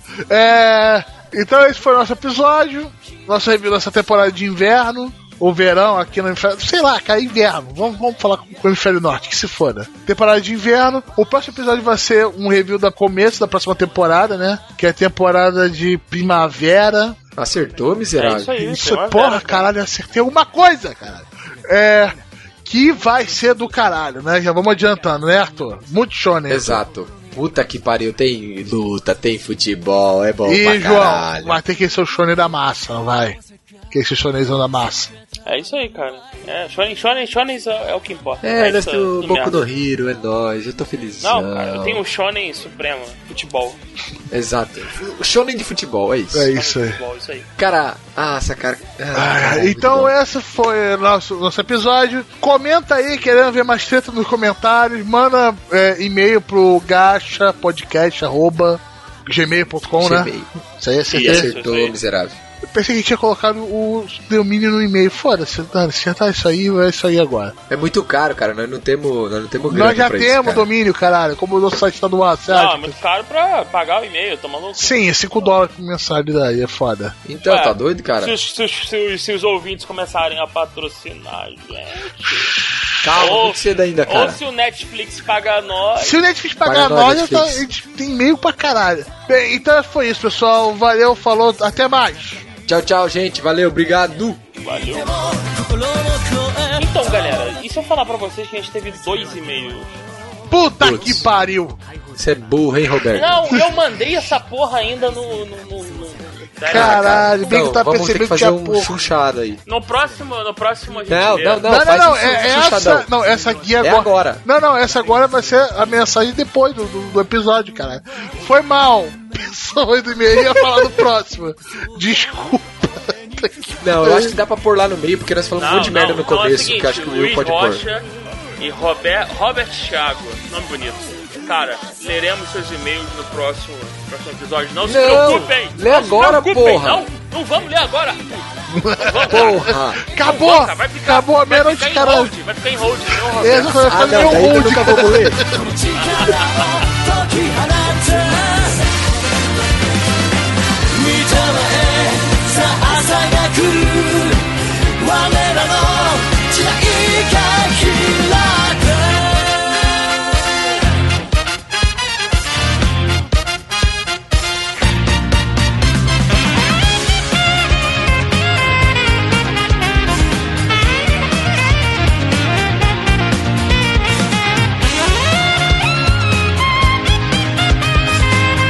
É. Então esse foi o nosso episódio. Nossa review dessa temporada de inverno. Ou verão aqui no hemisfério. Sei lá, cara, inverno. Vamos, vamos falar com, com o hemisfério norte, que se foda. Temporada de inverno. O próximo episódio vai ser um review da começo da próxima temporada, né? Que é a temporada de primavera. Acertou, É miserável. isso aí. Isso, primavera, porra, cara. caralho, acertei alguma coisa, cara. É. Que vai ser do caralho, né? Já vamos adiantando, né, Arthur? Muito shonen. Exato. Puta que pariu, tem luta, tem futebol, é bom E, pra João, caralho. vai ter que ser o shonen da massa, não vai? Que esse shonenzão da massa. É isso aí, cara. É, shonen, shonen, shonen é, é o que importa. É, nós isso, temos o tudo Boku merda. no Hero, é nóis, eu tô feliz. Não, cara, eu tenho um shonen supremo, futebol. Exato. O shonen de futebol, é isso. É isso aí. Futebol, isso aí. Cara, ah, essa cara... Ah, Ah, caralho, então muito bom. esse foi o nosso, nosso episódio. Comenta aí, querendo ver mais treta nos comentários. Manda é, e-mail pro gacha podcast arroba gmail ponto com, né? Gmail. Isso aí, E acertei. esse- Acertou, isso aí. miserável. Eu pensei que tinha colocado o domínio no e-mail. Foda-se, dane-se, já tá isso aí, é isso aí agora. É muito caro, cara, nós não temos, nós não temos grana Nós já pra isso, temos cara. domínio, caralho. Como o nosso site tá do ar, você Não, é acha? muito caro pra pagar o e-mail, tá maluco? Sim, é cinco dólares por mensalidade, é foda. Então, Ué, tá doido, cara? Se, os- se os- se os- se os ouvintes começarem a patrocinar, gente. Calma, Ou- muito cedo ainda, Ou cara. se o Netflix pagar nós. Se o Netflix pagar Paga nós, nós, já tá- Netflix. a gente tem e-mail pra caralho. Bem, então foi isso, pessoal. Valeu, falou, até mais. Tchau, tchau, gente. Valeu, obrigado. Valeu. Então, galera, e se eu falar pra vocês que a gente teve dois e-mails? Puta Putz. que pariu. Você é burro, hein, Roberto? Não, eu mandei essa porra ainda no. no, no, no... Pera aí. Caralho, bem Então, que tá vamos ter que percebendo que fazer é um pouco. chuchado aí. No próximo, no próximo a gente Não, lê. não, Não, não, faz não, um é, chu- essa, chuchadão. não, essa aqui É agora. agora. Não, não, essa agora vai ser a mensagem depois do, do, do episódio, cara. Foi mal. Pensou do e-mail ia falar no próximo. Desculpa. Não, eu acho que dá pra pôr lá no meio, porque nós falamos um Não, monte de merda não, no então é o começo, seguinte, que eu acho que o Will Luiz pode Rocha e Robert, Robert Thiago, nome bonito. Cara, leremos seus e-mails no próximo, próximo episódio. Não, se Não, preocupem! lê não se agora, preocupem, porra. Não, não vamos ler agora! Não vamos, pôr. Porra! Acabou! Não, cara, vai ficar, Acabou a vai meia-noite, ficar em caralho. hold, vai ficar em hold, não, Roberto. Essa foi Ah, fazer não, um daí eu hold. nunca vou ler. さあ朝が来る我らの時代が開く「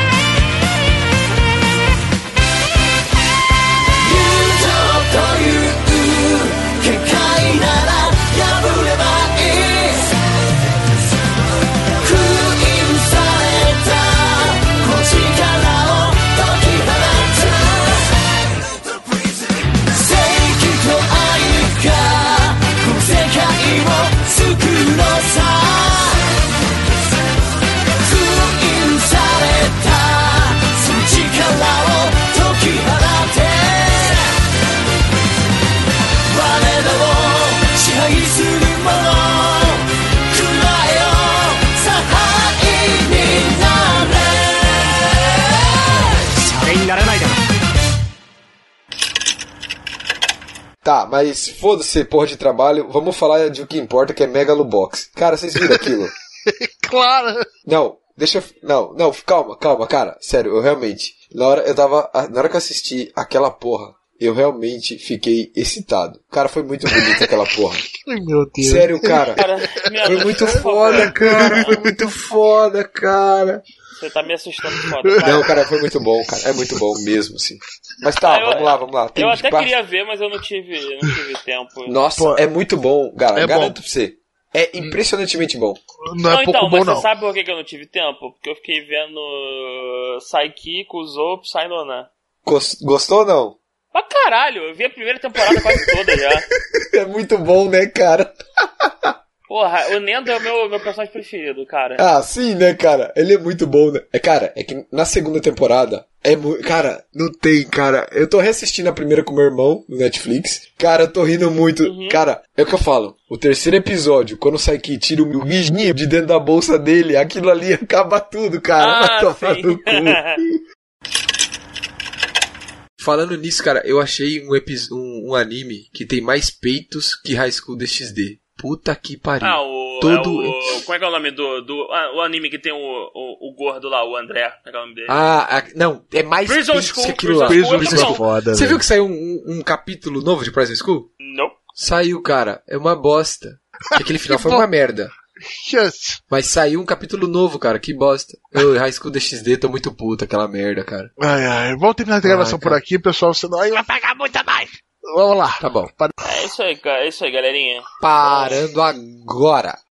Tá, mas foda-se, porra de trabalho. Vamos falar de o que importa, que é Megalobox. Cara, vocês viram aquilo? Claro! Não, deixa eu... Não, não, calma, calma, cara. Sério, eu realmente... Na hora, eu tava... Na hora que eu assisti aquela porra, eu realmente fiquei excitado. Cara, foi muito bonito aquela porra. Ai, meu Deus. Sério, cara. Cara, minha Foi Deus, muito por foda, favor. cara. Foi muito foda, cara. Você tá me assustando foda, cara. Não, cara, foi muito bom, cara. É muito bom mesmo, sim. Mas tá, Ah, eu- vamos lá, vamos lá. Tem Eu de até pa- queria ver, mas eu não tive, eu não tive tempo. Nossa, Pô, é muito bom, cara. é Garanto bom. pra você. É impressionantemente bom. Não é Não, pouco então, bom, mas não. você sabe por que que eu não tive tempo? Porque eu fiquei vendo Saiki, Kuzopo, Sainonan. Gos- Gostou ou não? Pra caralho, eu vi a primeira temporada quase toda já. É muito bom, né, cara? Porra, o Nendo é o meu, meu personagem preferido, cara. Ah, sim, né, cara? Ele é muito bom, né? É, cara, é que na segunda temporada é muito... Cara, não tem, cara. Eu tô reassistindo a primeira com meu irmão no Netflix. Cara, eu tô rindo muito. Uhum. Cara, é o que eu falo. O terceiro episódio, quando o Saiki tira o o mijinho de dentro da bolsa dele, aquilo ali acaba tudo, cara. Vai Ah, tomar sim. no cu. Falando nisso, cara, eu achei um, epi- um, um anime que tem mais peitos que High School D X D. Puta que pariu. Ah, o, Todo- é o... Como é que é o nome do... do ah, o anime que tem o, o, o gordo lá, o André. Como é que é o nome dele? Ah, a- não, é mais Prison peitos School, que aquilo lá. Prison Prison School, School não. é foda, Você velho. viu que saiu um, um- um capítulo novo de Prison School? Não. Saiu, cara. É uma bosta. Aquele final foi bom. uma merda. Yes. Mas saiu um capítulo novo, cara. Que bosta. Eu, High School D X D, tô muito puta aquela merda, cara. Ai, ai. Vamos terminar a gravação Ai, por cara. aqui, pessoal, senão aí vai pagar muito mais. Vamos lá. Tá bom. É isso aí, cara. É isso aí, galerinha. Parando agora.